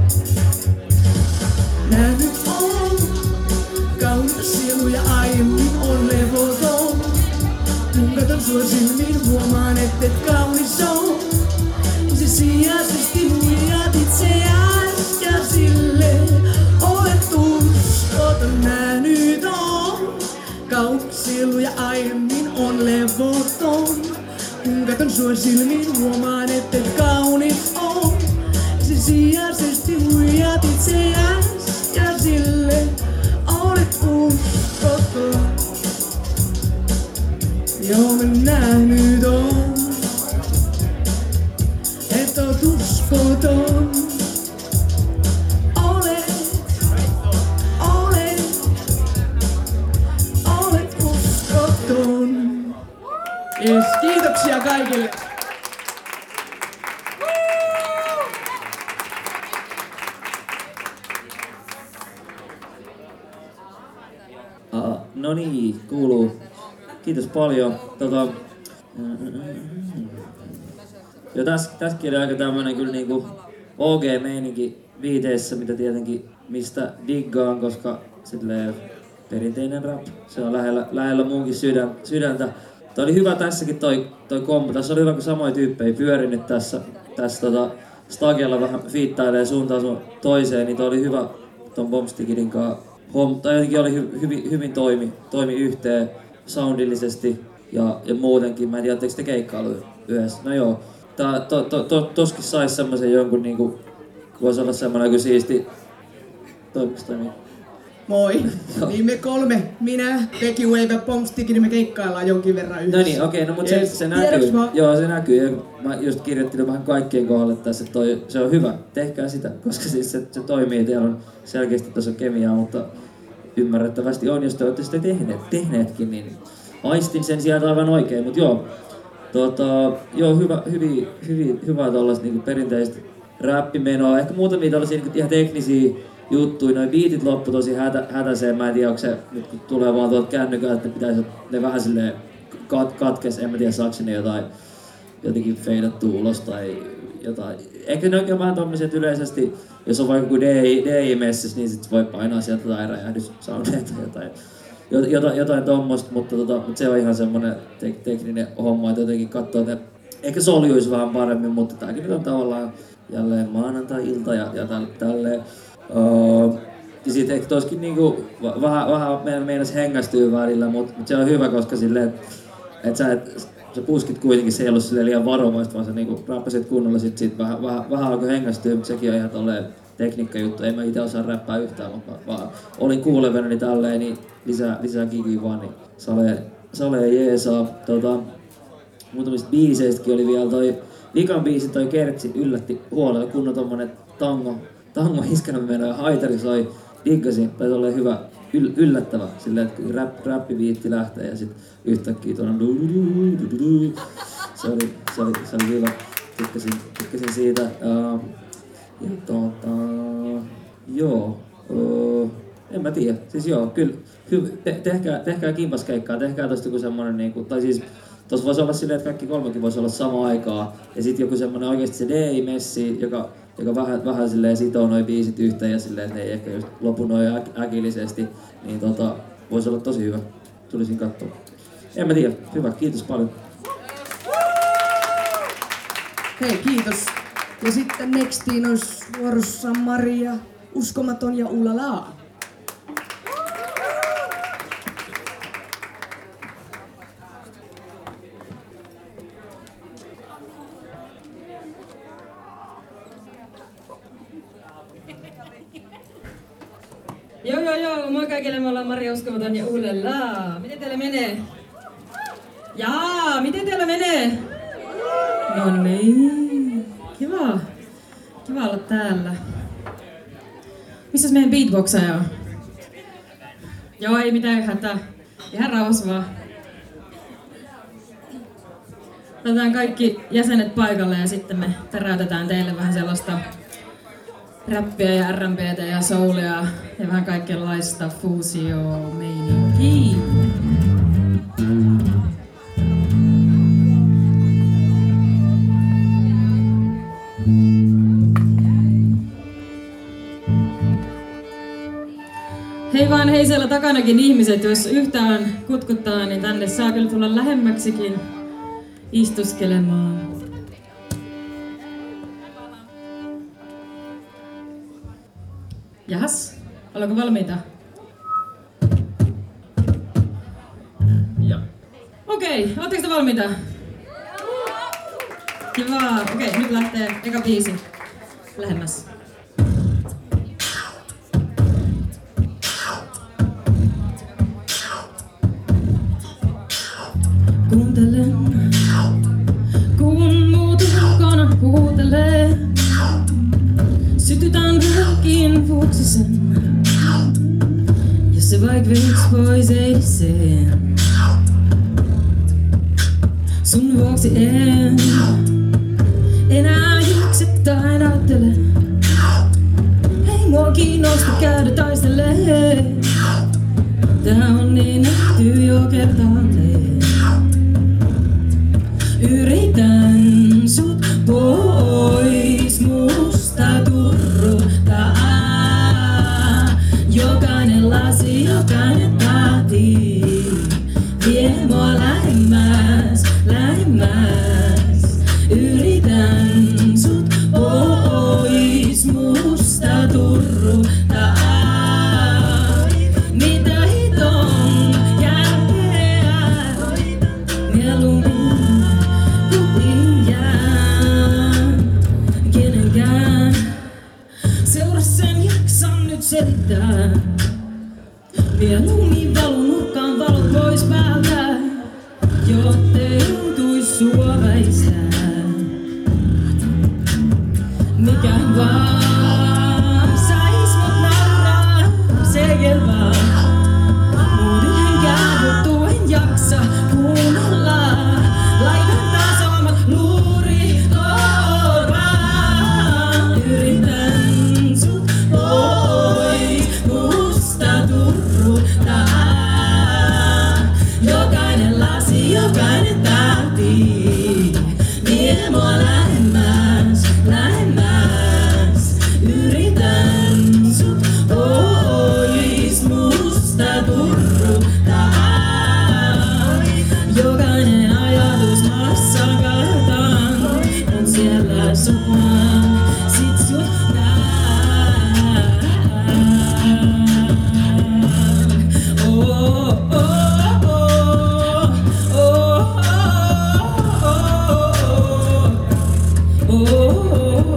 Nähnyt on kaunis sielu ja aiemmin on levoton. Kun katon sua silmiin huomaan, et et kaunis on. Ensisijaisesti huijat itseäs ja sille olet uskoton. Nähnyt on kaunis sielu ja aiemmin on levoton. Kun katon sua silmiin huomaan, et et kaunis on. Ensisijaisesti huijat itseäs ja sille olet uskoton. Joo mä nähnyt on, et oot uskoton. Olet, olet, olet uskoton. Yes, kiitoksia kaikille. Uh, no niin, kuuluu. Kiitos paljon. Tota, jo täs, tässäkin oli aika tämmönen kyllä niinku O G-meininki viiteissä, mitä tietenkin mistä diggaan, koska silleen perinteinen rap, se on lähellä, lähellä munkin sydän, sydäntä. Toi oli hyvä tässäkin toi, toi kombo. Tässä oli hyvä, kun samoja tyyppejä pyörinyt tässä, tässä tota, Stagella vähän fiittailee suuntaan sun toiseen, niin toi oli hyvä ton Bombstickin kanssa. Hom, tai jotenkin oli hy, hyvin, hyvin toimi, toimi yhteen soundillisesti ja, ja muutenkin. Mä en tiedä, etteikö te keikkailu yhdessä. No joo, tää, to, to, to, toskin sais semmosen jonkun niinku, voisi olla semmonen joku siisti. Toimiks toimii? Moi! Niin me kolme, minä, Becky Wave ja Bombstick, niin me keikkaillaan jonkin verran yhdessä. No niin, okei, okay, no mut yes. se, se näkyy. Joo, se näkyy. Ja mä just kirjoittelin vähän kaikkien kohdalle tässä, että toi, se on hyvä. Tehkää sitä, koska siis se, se toimii. Teillä on selkeästi tuossa kemiaa, mutta ymmärrettävästi on, jos te olette sitä tehneet, tehneetkin, niin aistin sen sieltä aivan oikein. Mut joo, tota, joo hyvä, hyvin, hyvin, hyvää tollaista niinku perinteistä räppimenoa. Ehkä muutamia tällaisia niinku ihan teknisiä juttuja. Noi beatit loppu tosi hätä, hätäiseen. Mä en tiedä, onko se nyt kun tulee vaan tuolta kännykältä, että pitäisi ne vähän silleen kat, katkes. En mä tiedä, saako ne jotain jotenkin feidattua ulos tai jotain. Ehkä ne oikein vähän tommoset yleisesti, jos on vaikka D I-messissä, niin sit voi painaa sieltä jotain räjähdyssoundeja tai jotain. Jotain, jotain tommoista, mutta, tota, mutta se on ihan semmonen te- tekninen homma, että jotenkin katsoo, että ehkä soljuisi vähän paremmin, mutta tääkin nyt on tavallaan jälleen maanantai-ilta ja, ja täl, tälleen. Uh, ja sit ehkä toiskin niinku vähän, vähän meinas hengästyy välillä, mutta mut se on hyvä, koska silleen, että sä, et, sä puskit kuitenkin, se ei ollut silleen liian varovaista, vaan sä niinku rappasit kunnolla, sit, sit vähän, vähän, vähän alkoi hengästyä, mutta sekin on ihan tolleen tekniikkajuttu. En mä ite osaa räppää yhtään, mutta vaan olin kuulevinani tälleen, niin lisää, lisää kikiä vaan, niin Sale, Sale jeesaa. Tota, muutamista biiseistäkin oli vielä toi vikan biisi, toi Kertsi yllätti huolella, kun on tommonen tango, tango hiskana meno ja haitari soi, diggasin, tai tolleen hyvä, yl, yllättävä, silleen, että kun rap, rappiviitti lähtee ja sit yhtäkkiä tuonne du, du, du, du, du. Se oli, se oli, se oli hyvä, tykkäsin, tykkäsin siitä. Uh, ja tota, joo, uh, en mä tiedä, siis joo, kyllä, hy, te, tehkää, tehkää kimpaskeikkaa, tehkää tosta joku semmonen niinku, tai siis Tuossa voisi olla silleen, että kaikki kolmekin voisi olla samaan aikaan. Ja sitten joku semmonen oikeesti se D J-messi, joka, joka vähän, vähän silleen sitoo noi biisit yhteen ja silleen, että ne ei ehkä just lopu noin äk- äkillisesti. Niin tota, voisi olla tosi hyvä. Tulisin katsoa. En mä tiedä. Hyvä. Kiitos paljon. Hei, kiitos. Ja sitten nextiin olisi vuorossa Maria, Uskomaton ja Ulala. Joo joo joo, moi kaikille, me ollaan Maria Uskomaton ja Ulala. Miten teillä menee? Jaa, miten teillä menee? No niin, kiva. Kiva olla täällä. Missäs meidän beatboxaaja on? Joo, ei mitään hätää. Ihan rauhassa vaan. Otetaan kaikki jäsenet paikalle ja sitten me täräytetään teille vähän sellaista räppiä ja R and B:tä ja soulia ja vähän kaikenlaista fuusio-meininkiä. Hei vaan hei siellä takanakin ihmiset, jos yhtään kutkuttaa, niin tänne saa kyllä tulla lähemmäksikin istuskelemaan. Jahas, ollaanko valmiita? Joo. Okei, okay, ootteko te valmiita? Kivaa, okei, okay, nyt lähtee eka biisi. Lähemmäs. Kuuntelen, kun muut ulkona kuuntelee. Sytytän ruukiin fuuksisen, jos se vaik veiks pois eilseen. Sun vuoksi en enää juoksettain ajattele. Ei mua kiinnosta käydä taistelee. Tää on niin nähty jo kertaalleen. Yritän sut pois musta turruttaa. Jokainen lasi, jokainen tahti vie mua lähemmäs, lähemmäs. Yritän sut pois musta turruttaa. Mitä hiton järkeä mieluummin kuin jään kenenkään. Seura sen jaksan nyt selittää. Mieluummin valun nurkkaan valot pois päältä, jottei joutuis sua väistään. Mikä vaan sais mut nauraa, se kelpaa. Mut yhdenkään juttu en jaksa kuunnella. Laitan taas omat luuri korvaan. Yritän sut pois musta turruttaa. Jokainen lasi, jokainen tahti vie mua lähemmäs, lähemmäs. Yritän sut pois musta turruttaa. Jokainen ajatus maassa katsotaan on siellä sua, sit sut näen. Oh, oh, oh, oh, oh, oh, oh, oh.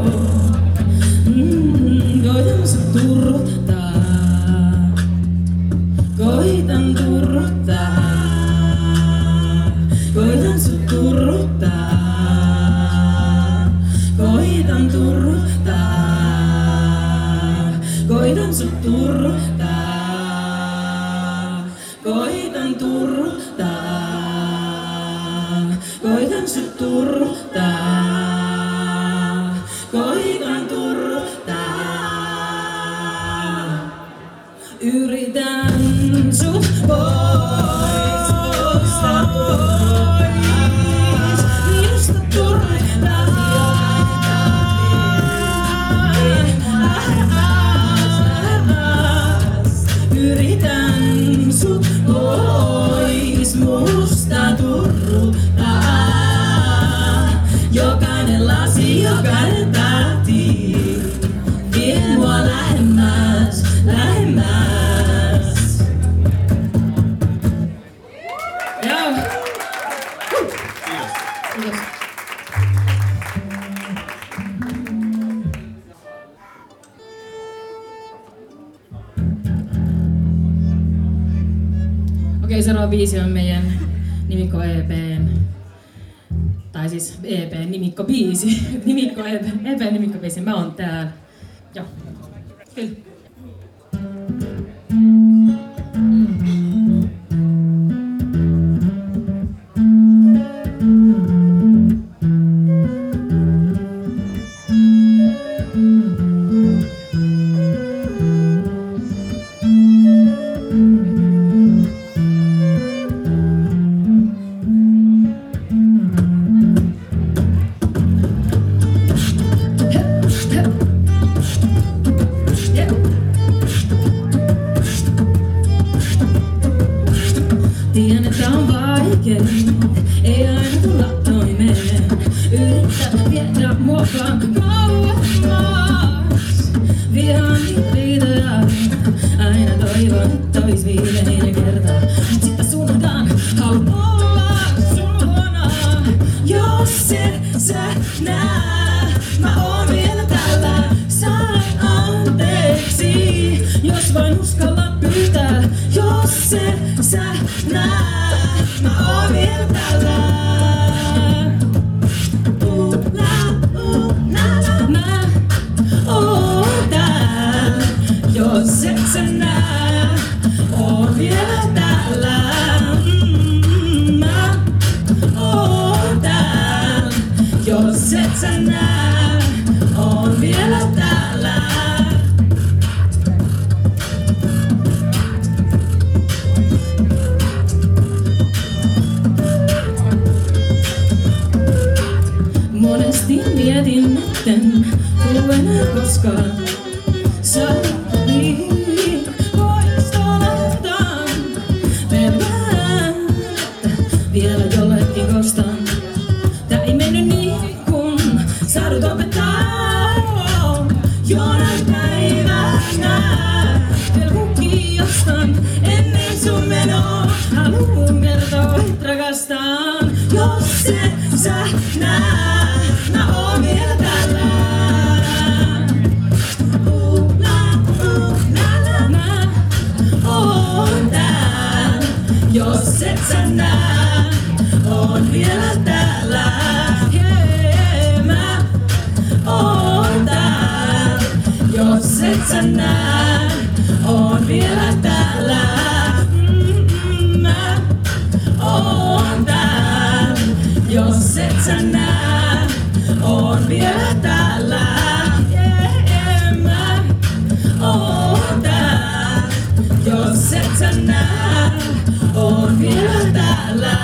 Mm, koitan sut turruttaa. Koitan turruttaa. Koitan sut turruttaa. Koitan turruttaa. Koitan sut turruttaa. Koitan turruttaa. Koitan sut turruttaa. Koitan turruttaa. Yritän sut pois musta turruttaa. Kiitos. Okei, seuraava biisi on meidän nimikko E P:n, tai siis E P:n nimikko biisi, nimikko E P, E P:n nimikko biisi, mä oon täällä. Joo, kyllä. Tiedän, että on vaikea, ei aina tulla toimeen. Yrität viedä mua vaan kauemmas. Vihaan niitä riitoja, aina toivon, että ois viimeinen kerta. Sitten suunnataan, haluun olla sun luona. Jos et sä nää, mä oon vielä täällä. Saan anteeksi, jos vain uskalla pyytää. Jos et sä nää, mä oon vielä täällä. Uh, la, uh, la, la. Mä oon täällä. Jos et sä nää, oon vielä täällä. Mm, mä oon täällä. Jos et sä nää, oon vielä täällä. Monesti mietin, etten tuu enää koskaan salliin poistoletaan. Pelkään, että vielä jollekin kostan. Tää ei mennyt niin kun saadut opettaa. Jonain päivänä vielä kiinnostan ennen sun menoa. Haluun kertoa, et rakastan. Jos et sä nää, mä oon vielä täällä. Uh, la, uh, la, la. Mä oon täällä. Jos et sä nää, oon vielä täällä. Yeah, mä oon täällä. Jos et sä nää, oon vielä täällä. Mm-mm, mä oon täällä. Jos et sä nää, oon vielä täällä. Yeah, mä oon täällä. Jos et sä nää, oon vielä täällä.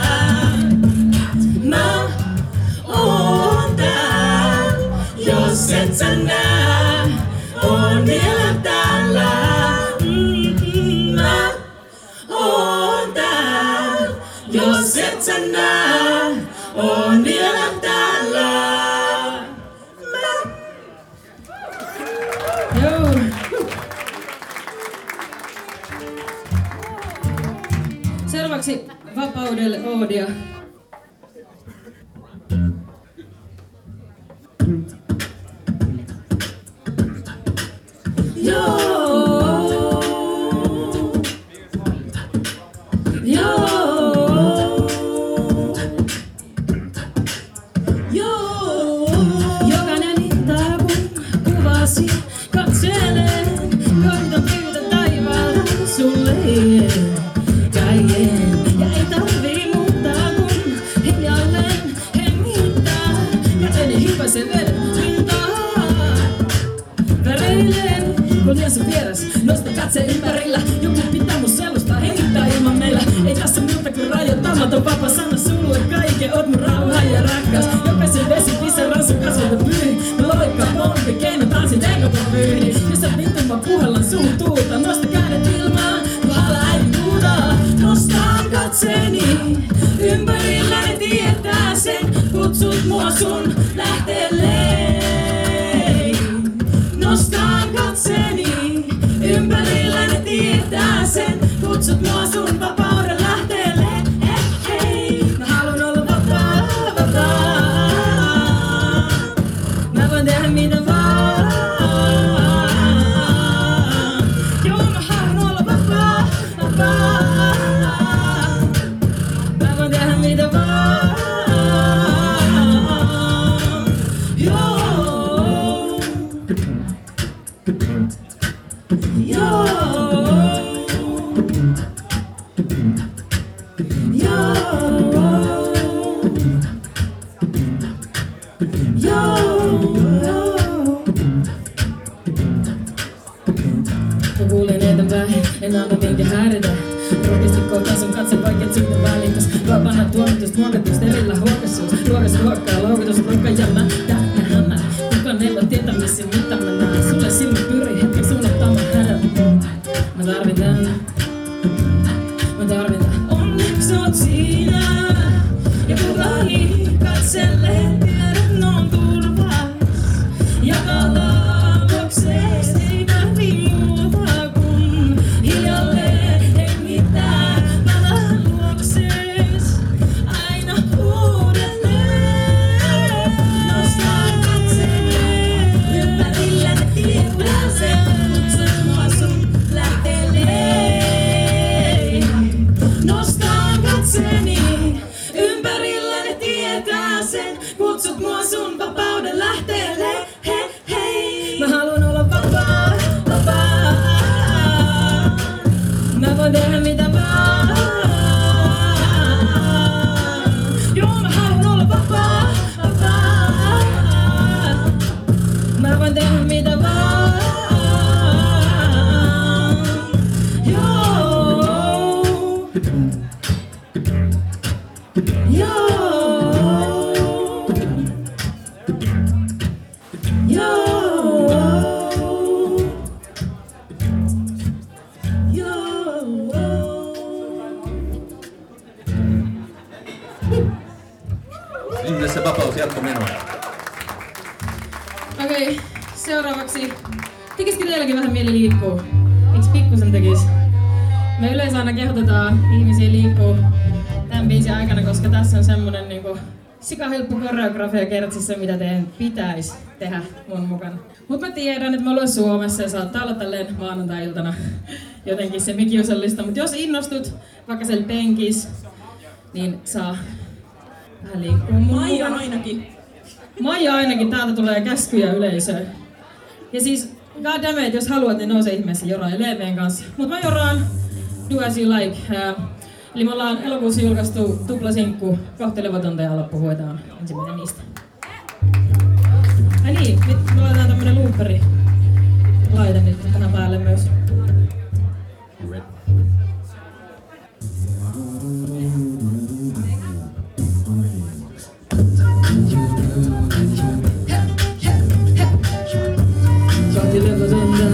Mä oon täällä. Jos et sä nää, oon vielä täällä. Mm-mm, mä oon täällä. Jos et sä nää, oon vielä täällä. Mä. Joo. Seuraavaksi vapaudelle oodia. Kun yössä vieras, nosta katse ympärillä. Joku pitää mun selustaa, hengittää ilman meillä. Ei tässä muuta kuin rajoittamaton vapaa sana sulle kaiken. Oot mun rauha ja rakkaus. Jokaisen vesi pisaran sun kasvalta pyyhin. Mä loikkaan polvi, keino tanssin eikä pyyhin. Jos sä vittu mä puhellan suun tuulta. Nosta kädet ilmaan, kun hala äiti huudaa. Nostaan katseeni ympärilläni tietää sen. Kutsut mua sun lähteelle. Nostaan katseeni ympärilläni tietää sen. Kutsut mua sun vapauden lähteelle. Hei, hei. Mä haluun olla vapaa, vapaa. sillä huokasuus. Ruokas ruokkaa, loukutus, ruokka ja mä täynnä hämää. Kukaan ei voi tietää missä mitä mä näen. Sulle silmä pyri hetken suunnattaa mä hädän. Mä tarvitan, mä tarvitan. Onneksi oot siinä. Ja kuvani katselle tiedät on turvais. Ja kalaamoksees ei tarvi muuta kun hiljalleen ei mitään. Mä lähden luoksees aina uudelleen. Nostan katseni ympärillä ne tietää sen. Kutsut mua sun lähtelee. Nostan katseni ympärillä ne tietää sen. Kutsut mua sun vapauden lähteelle. Hei, hei. Mä haluan olla vapaa, vapaa. Mä voin tehdä mitä vaan. Joo, mä haluan olla vapaa, vapaa. Mä voin tehdä mitä vaan. Joo. Joo. Yhdessä vapaus jatkomenoa. Okei, seuraavaksi. Tekisikö teilläkin vähän mieli liikkuu? Eiks pikkusen tekis? Me yleensä aina kehotetaan ihmisiä liikkuu tämän biisin aikana, koska tässä on semmonen niinku sikahelppo koreografia kertsi se, mitä teidän pitäis tehdä mun mukana. Mut mä tiedän, että me ollaan Suomessa ja saattaa olla tälleen maanantai-iltana jotenkin se mikiusallista. Mut jos innostut vaikka siellä penkis, niin saa vähän liikkua. Maija ainakin. Maija ainakin, täältä tulee käskyjä yleisöön. Ja siis, goddammit, jos haluat, niin nouse ihmeessä joraa ja Leepeen kanssa. Mut mä joraan Do As You Like. Uh, eli me ollaan elokuussa julkaistu tuplasinkku kohti levotonta ja loppuhuetaan ensimmäinen niistä. Ai niin, nyt me laitetaan tämmönen looperi laite nyt tähän päälle myös. Kohti levotonta.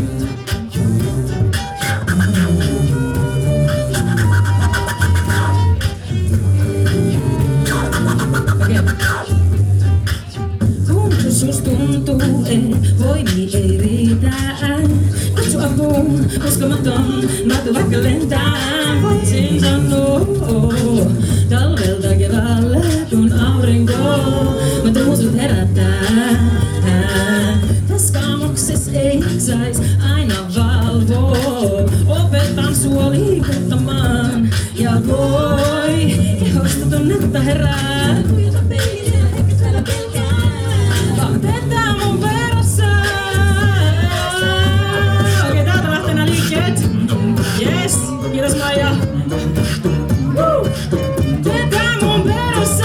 Sus tuntuu, ei voimi ei riitä. Kutsu apuun, uskomaton, maatu vaikka lentää. Voisin sanoa talvelta keväälle, kun aurinko mä tuun sut herättää. Tässä kaamokses ei sais aina valvoa. Opetan sua liikuttamaan ja voi kehosta tunnetta herää. Kujota peiliin, ehkä täällä pelkää. Tätä mun perässä. Okei, täältä lähtee nää liikkeet. Yes, kiitos Maija. Woo. Tätä mun perässä.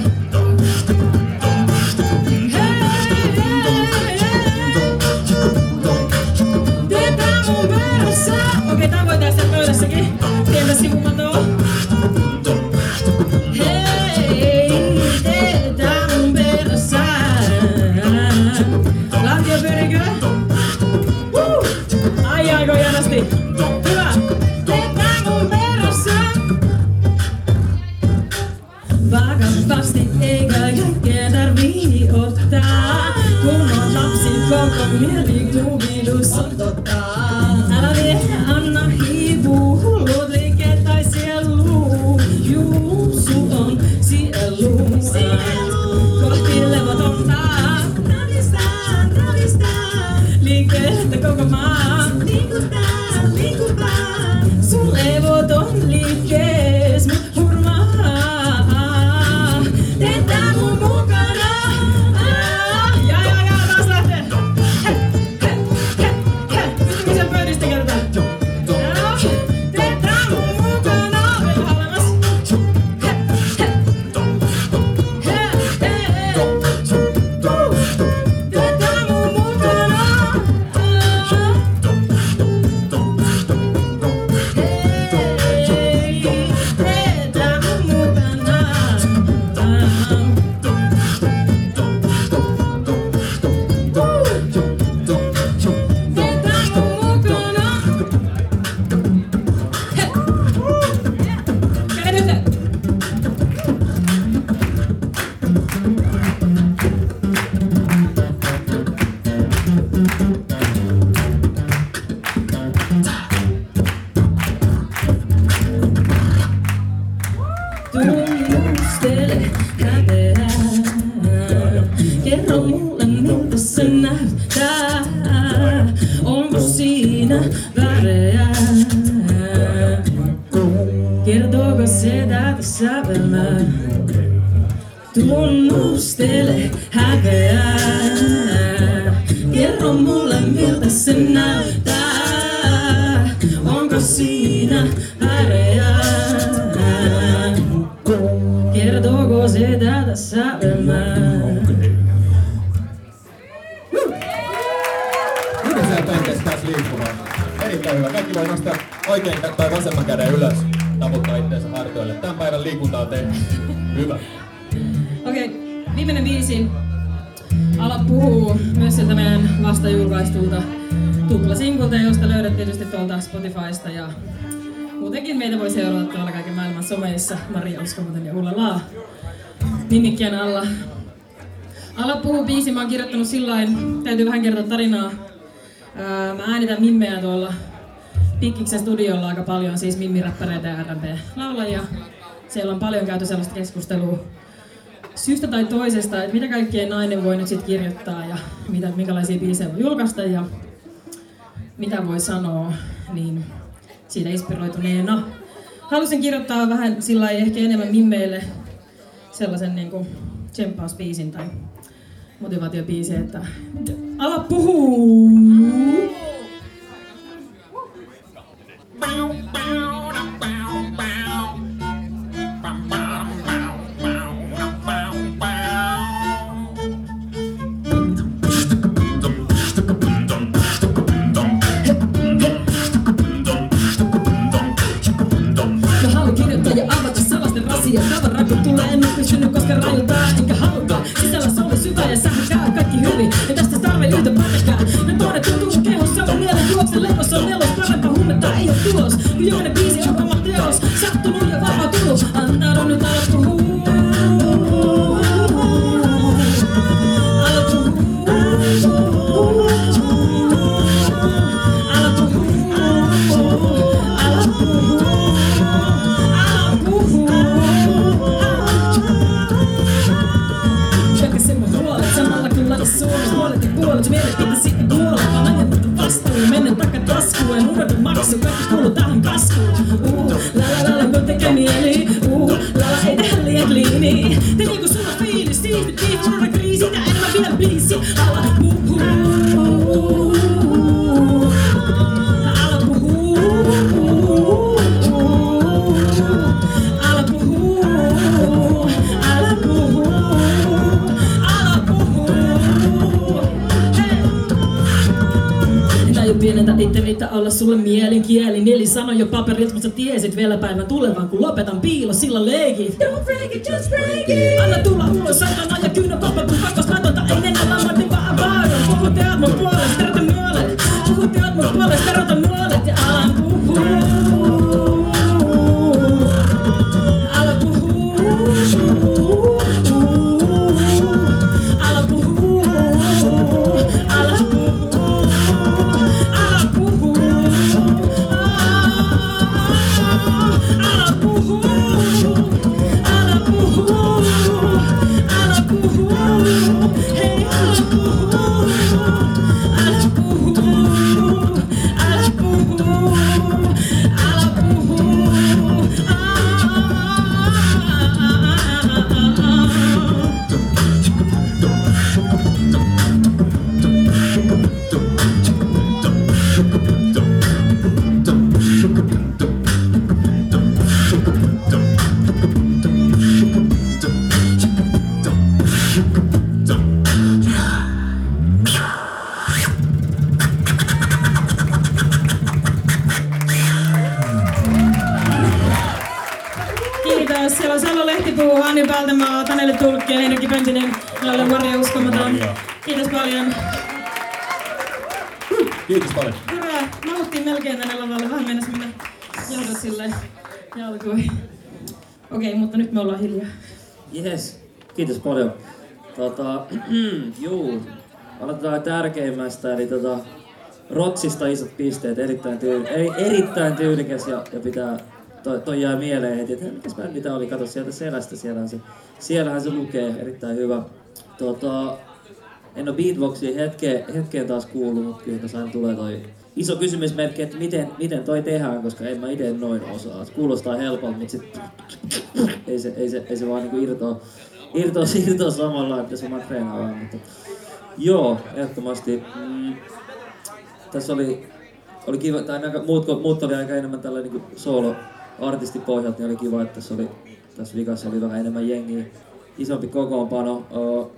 Hei, hei, hei. Tätä mun perässä. Okei, tää voi tehdä pöydässäkin. Pientä sivumatoa. Hei, tätä mun perässä. Lantio pyörikö? Woo! Ai aiko hienosti. Hyvä. Tehdään mun perässä. Vakavasti eikä kaikkea tarvii ottaa. Kun on lapsi koko mielikuvitus on totta. Älä vie, anna hiipuu. Hullut liikkeet tai sielu. Juu, sul on sielu. Kohti levotonta. Liikkeelle koko maa. Liikutaan, liikutaan. Sun levoton liikkees mut hurmaa. Teetään mun mukana. Ja ja ja, taas lähtee. He, he, he, he. Pystytkö siellä pöydistä kertaa? Teetään mun mukana. Vielä alemmas. He, he. Tunnustele häpeää. Kerro mulle miltä se näyttää. Onko siinä väreää? Kertooko se täältä sävelmää? Miten sä penkeessä pääs liikkumaan? Erittäin hyvä. Kaikki voi nostaa oikein tai vasemman käden ylös. Taputtaa itteensä hartioille. Tämän päivän liikuntaa tehty. Hyvä. Okei, okay, viimeinen biisi. Ala puhuu myös sieltä meidän vasta julkaistulta tuplasinkulta, josta löydät tietysti tuolta Spotifysta ja muutenkin meitä voi seurata tuolla kaiken maailman someissa Maria Uskomaton ja Ulla Laa nimikkien alla. Ala puhuu biisi, mä oon kirjoittanut sillain, täytyy vähän kertoa tarinaa. Ää, mä äänitän mimmejä tuolla Pikkiksen studiolla aika paljon, siis mimmiräppäreitä ja R and B-laulajia. Siellä on paljon käyty sellaista keskustelua syystä tai toisesta, että mitä kaikkea nainen voi nyt sit kirjoittaa ja mitä, minkälaisia biisejä voi julkaista ja mitä voi sanoa, niin siitä inspiroituneena. Halusin kirjoittaa vähän sillä ehkä enemmän mimmeille sellaisen niinku tsemppausbiisin tai motivaatiobiisin, että ala puhuu! Tavaraa kun tulee, en oo pystynyt koskaan rajoittaa, enkä haluta. Sisällä se oli syvä ja sähän käy kaikki hyvin. Ja tästä tarve yhtä pätkää. Ja toinen tuntuu mun kehossa on mielen juoksen levossa on nelos. Parempaa huumetta ei oo tulos. Kun jokainen biisi on oma teos. Sattunut ja vapautunut. Antaudun nyt ala puhuu. Ala puhuu. Ala puhuu. Ala puhuu. Suomessa puolet ja puolet, mielet pitäisi kuolla. Vaan ajanut vastuun, menen takataskuun. En unohdu maksu, kaikki kuuluu tähän kaskuun. Uu, lala lala, kun tekee mieli. Uu, lala ei tehdä liian liini. Te niinku sulla fiilis, siisti, tiivis, unohda kriisi. Tää enemmän vielä biisi. Ala puhuu. Ala puhuu. Ala puhuu. Ala puhuu. Pienentä itse riittää olla sulle mielenkieli. Neli sanoi jo paperit, mutta sä tiesit vielä päivän tulevan, kun lopetan piilo sillä leikit. Don't break it, just break it. Anna tulla ulos, saatana ja kyynä pappa, kun kakkos latonta ei nenä lammat, vaan avaadon. Puhutte mun puolesta, terota nuolet. Puhutte mun puolesta, terota nuolet. Ja alan puhuu. Ala puhuu. Ala puhuu. Ala puhuu. Siellä on Salo Lehtipuu, Anni Paltemaa, Taneli Tulkki ja Heinäki Pöntinen. Minä olen Maria Uskomaton. Kiitos paljon. Kiitos paljon. Hyvä. Mahuttiin melkein tänne lavalle. Vähän mennäs mennä johdot silleen jalkoihin. Okei, okay, mutta nyt me ollaan hiljaa. Jes, kiitos paljon. Tota, juu, aloitetaan tärkeimmästä, eli tota, Rotsista isot pisteet, erittäin, tyyl, eri, erittäin tyylikäs ja, ja pitää, toi, toi jää mieleen heti, että mikäs bändi tää oli, kato sieltä selästä, siellähän se, siellähän se lukee, erittäin hyvä. Tota, en oo beatboxia hetkeen, hetkeen taas kuullut, mutta kyllä tässä aina tulee toi iso kysymysmerkki, että miten, miten toi tehdään, koska en mä ite noin osaa. Kuulostaa helpolta, mutta sit ei se, ei se, ei se vaan niinku irtoa. irtoa, irtoa samalla, että sama treenaa vähän, mutta joo, ehdottomasti. Mm, tässä oli, oli kiva, tai aika, muut, muut oli aika enemmän tällainen niin solo-artistipohjalta, niin oli kiva, että tässä, oli, tässä vikassa oli vähän enemmän jengiä, isompi kokoonpano. Uh,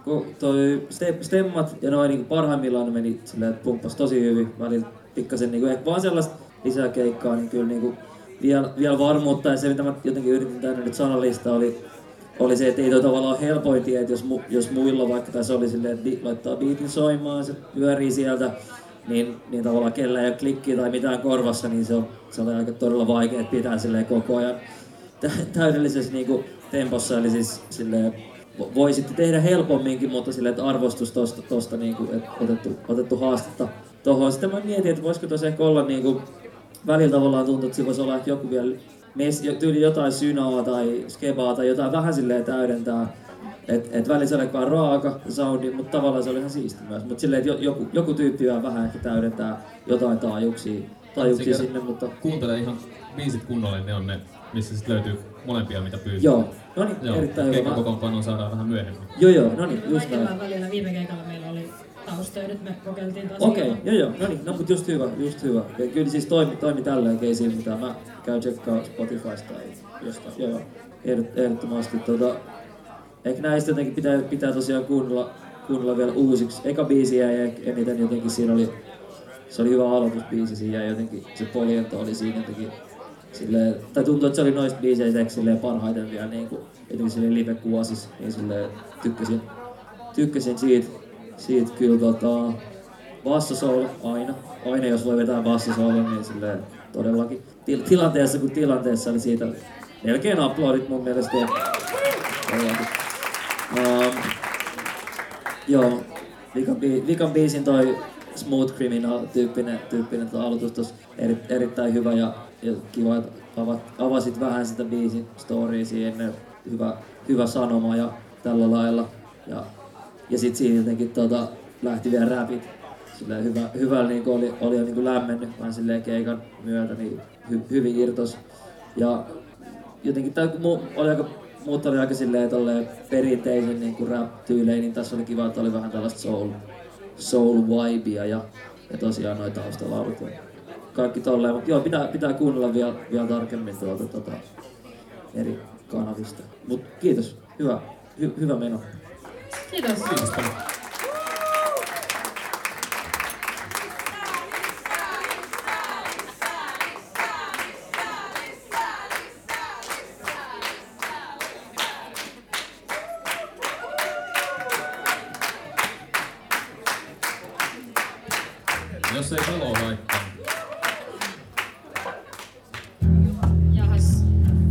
toi stemmat ja noin niin parhaimmillaan ne meni silleen, että pumppas tosi hyvin, välillä pikkasen niin ehkä vaan sellaista lisää keikkaa, niin kyllä niin vielä, vielä varmuutta, ja se mitä mä jotenkin yritin tänne nyt sanallistaa oli oli se, että ei toi tavallaan ole helpoin tie, että jos, mu, jos muilla vaikka tässä oli silleen, että bi, laittaa biitin soimaan, se pyörii sieltä, niin, niin tavallaan kellä ei ole klikkiä tai mitään korvassa, niin se on, se on aika todella vaikea, että pitää silleen koko ajan täydellisessä niin kuin tempossa, eli siis silleen voisitte tehdä helpomminkin, mutta silleen, että arvostus tosta, tosta niin kuin, että otettu, otettu haastetta tohon. Sitten mä mietin, että voisiko tuossa ehkä olla niin kuin, välillä tavallaan tuntuu, että se voisi olla ehkä joku vielä Mes, tyyli jotain synaa tai skebaa tai jotain vähän silleen täydentää. Et, et välillä se oli vaan raaka soundi, mutta tavallaan se oli ihan siisti myös. Mut silleen, että joku, joku tyyppi vähän ehkä täydentää jotain taajuuksia, taajuuksia sinne, mutta... Kuuntele ihan biisit kunnolle, ne on ne, missä sit löytyy molempia mitä pyytää. Joo, no niin, erittäin hyvä. Keikkakokoonpanoon saadaan vähän myöhemmin. Joo joo, no niin, just näin. Kaikilla välillä viime keikalla meillä oli taustatöidet, me kokeiltiin taas. Okei, okay, joo joo, no niin, no mut just hyvä, just hyvä. Ja kyllä siis toimi, toimi tälleen, ei siinä mitään. Mä käyn tsekkaa Spotifysta tai jostain, joo joo, ehdottomasti. Tota, ehkä näistä jotenkin pitää, pitää tosiaan kuunnella, kuunnella vielä uusiksi. Eka biisi jäi eniten jotenkin, siinä oli, se oli hyvä aloitusbiisi, siinä jäi jotenkin, se poljento oli siinä jotenkin silleen, tai tuntuu, että se oli noista biiseistä silleen parhaiten vielä niinku, jotenkin silleen live-kuvasis, niin silleen tykkäsin, tykkäsin siitä. Siitä kyllä tota, bassosolo aina. Aina jos voi vetää bassosolon, niin silleen todellakin. Til- tilanteessa kuin tilanteessa, eli siitä melkein aplodit mun mielestä. Todellakin. Um, joo, vikan, bi- vikan biisin toi Smooth Criminal tyyppinen, tyyppinen aloitus tossa eri, erittäin hyvä ja, ja kiva, että avat, avasit vähän sitä biisin storya siihen. Hyvä, hyvä sanoma ja tällä lailla. Ja, Ja sit siinä jotenkin tota, lähti vielä räpit. Silleen hyvä, hyvä niinku oli, oli jo niinku lämmennyt vähän silleen keikan myötä, niin hy, hyvin irtos. Ja jotenkin tää mu, oli aika, muut oli aika silleen tolleen perinteisen niinku rap-tyylein, niin tässä oli kiva, että oli vähän tällaista soul, soul vibea ja, ja tosiaan noi taustalaulut ja kaikki tolleen. Mut joo, pitää, pitää kuunnella vielä, vielä tarkemmin tuolta tota, eri kanavista. Mut kiitos, hyvä, hy, hyvä meno. Kiitos. Kiitos paljon. Jos ei talo laittaa. Jahas.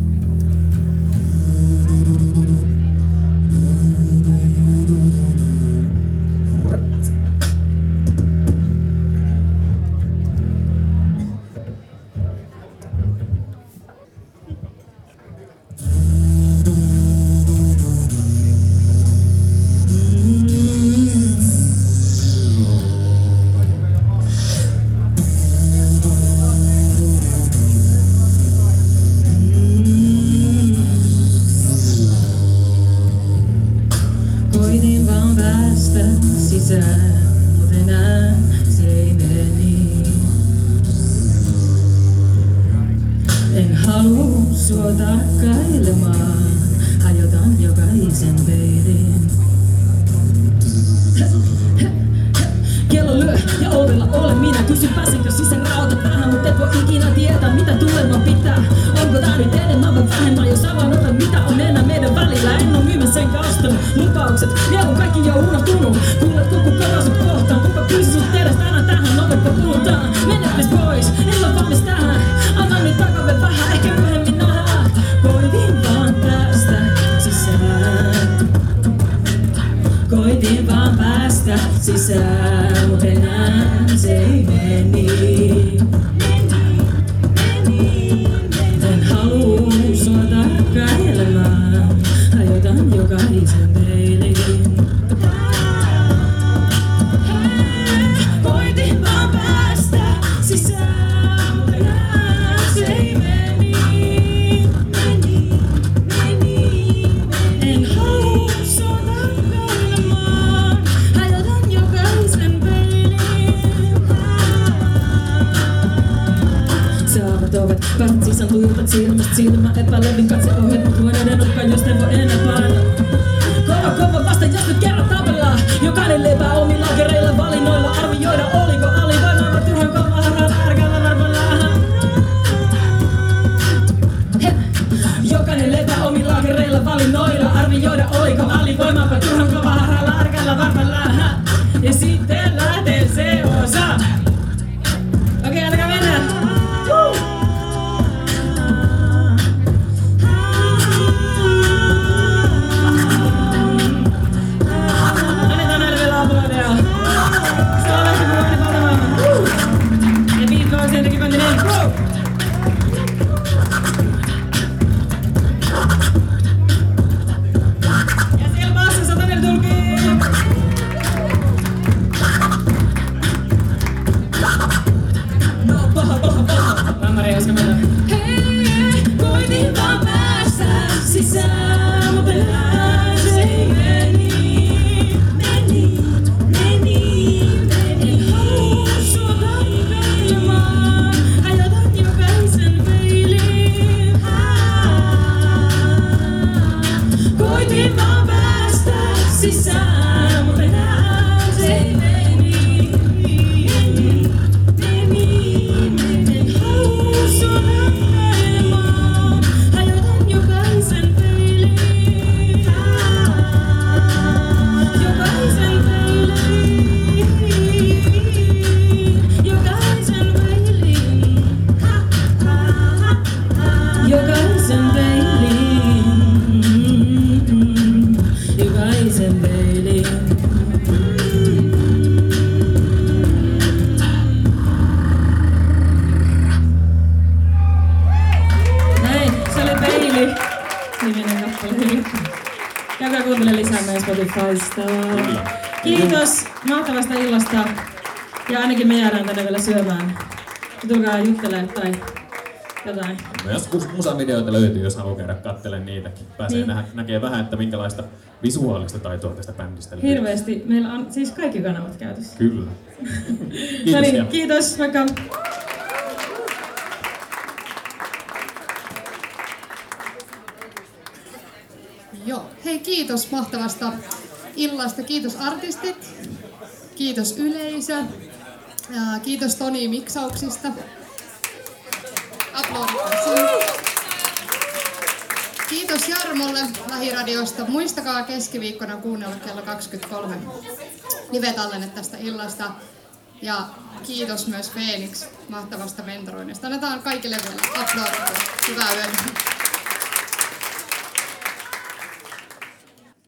Koitin vaan päästä sisään, mut enää se ei mene niin. En halua sua tarkkailemaan, hajotan jokaisen peilin. Kello lyö ja ovella olen minä. Kysyn pääsenkö sisään rauta päähän, mut et voi ikinä tietää mitä tuleman pitää. Onko tää nyt enemmän vai vähemmän, jos avaan otan mitä on enää meidän välillä. En oo myymässä enkä ostanut lupaukset, vielä on kaikki jo unohtunut. Kuuletko kuka rasut kohtaan, kuka pyysi sut tehdä tänään tähän, ovetko puhutaan. Mene edes pois, en oo valmis tähän. Anna nyt takave vähän, ehkä myöhemmin nähdään. Koitin vaan päästä sisään. Koitin vaan päästä sisään, mut enää se ei meni. En haluu sua tarkkailemaan, hajotan jokaisen peilin. Koitin vaan päästä sisään, mut enää se ei meni. En haluu tuijotat silmästä silmä. Epäilevin katse ohjat tuoneiden uhka, jos ne voi enää painaa. Kova kova vasta, jos nyt kerran tapellaan. Jokainen lepää omilla lagereilla valinnoilla. Arvioida oliko alivoimaa vai turhan kova harhaan ärkäällä varmallaan. Jokainen lepää omilla lagereilla valinnoilla. Arvioida oliko alivoimaa vai turhan kova harhaan ärkäällä varmallaan. Ja sitten lähtee se osa. Okei, okay, alkaa mennä. Woo! Annetaan näille vielä aplodeja. Se on lähti puhuinen valtamaailman. Ja viikkoa siitäkin päntinen. Woo! Ja siellä baassa sataneljä tulkii. Lammari äsken mennä. Hei, koitin vaan päästä sisään, mut enää se ei meni. Meni, meni, meni. Haluu sua kaipeilemaan, hajotan jokaisen peiliin. Koitin vaan päästä sisään, mut enää se ei meni. Käykää kuuntele lisää meidän Spotifysta. Kiitos mahtavasta illasta. Ja ainakin me jäädään tänne vielä syömään. Tulkaa juttelemaan tai jotain. No joskus musavideoita löytyy, jos haluaa käydä katselemaan niitäkin. Pääsee niin. nä- näkee vähän, että minkälaista visuaalista taitoa tästä bändistä löytyy. Hirveästi. Meillä on siis kaikki kanavat käytössä. Kyllä. Kiitos. No niin, kiitos. Vaikka. Joo, hei kiitos mahtavasta illasta. Kiitos artistit, kiitos yleisö, ja kiitos Toni miksauksista. Aplodit. Kiitos Jarmolle Lähiradiosta. Muistakaa keskiviikkona kuunnella kello kaksikymmentäkolme live-tallenne tästä illasta. Ja kiitos myös Phoenix mahtavasta mentoroinnista. Annetaan kaikille vielä aplodit. Hyvää yötä.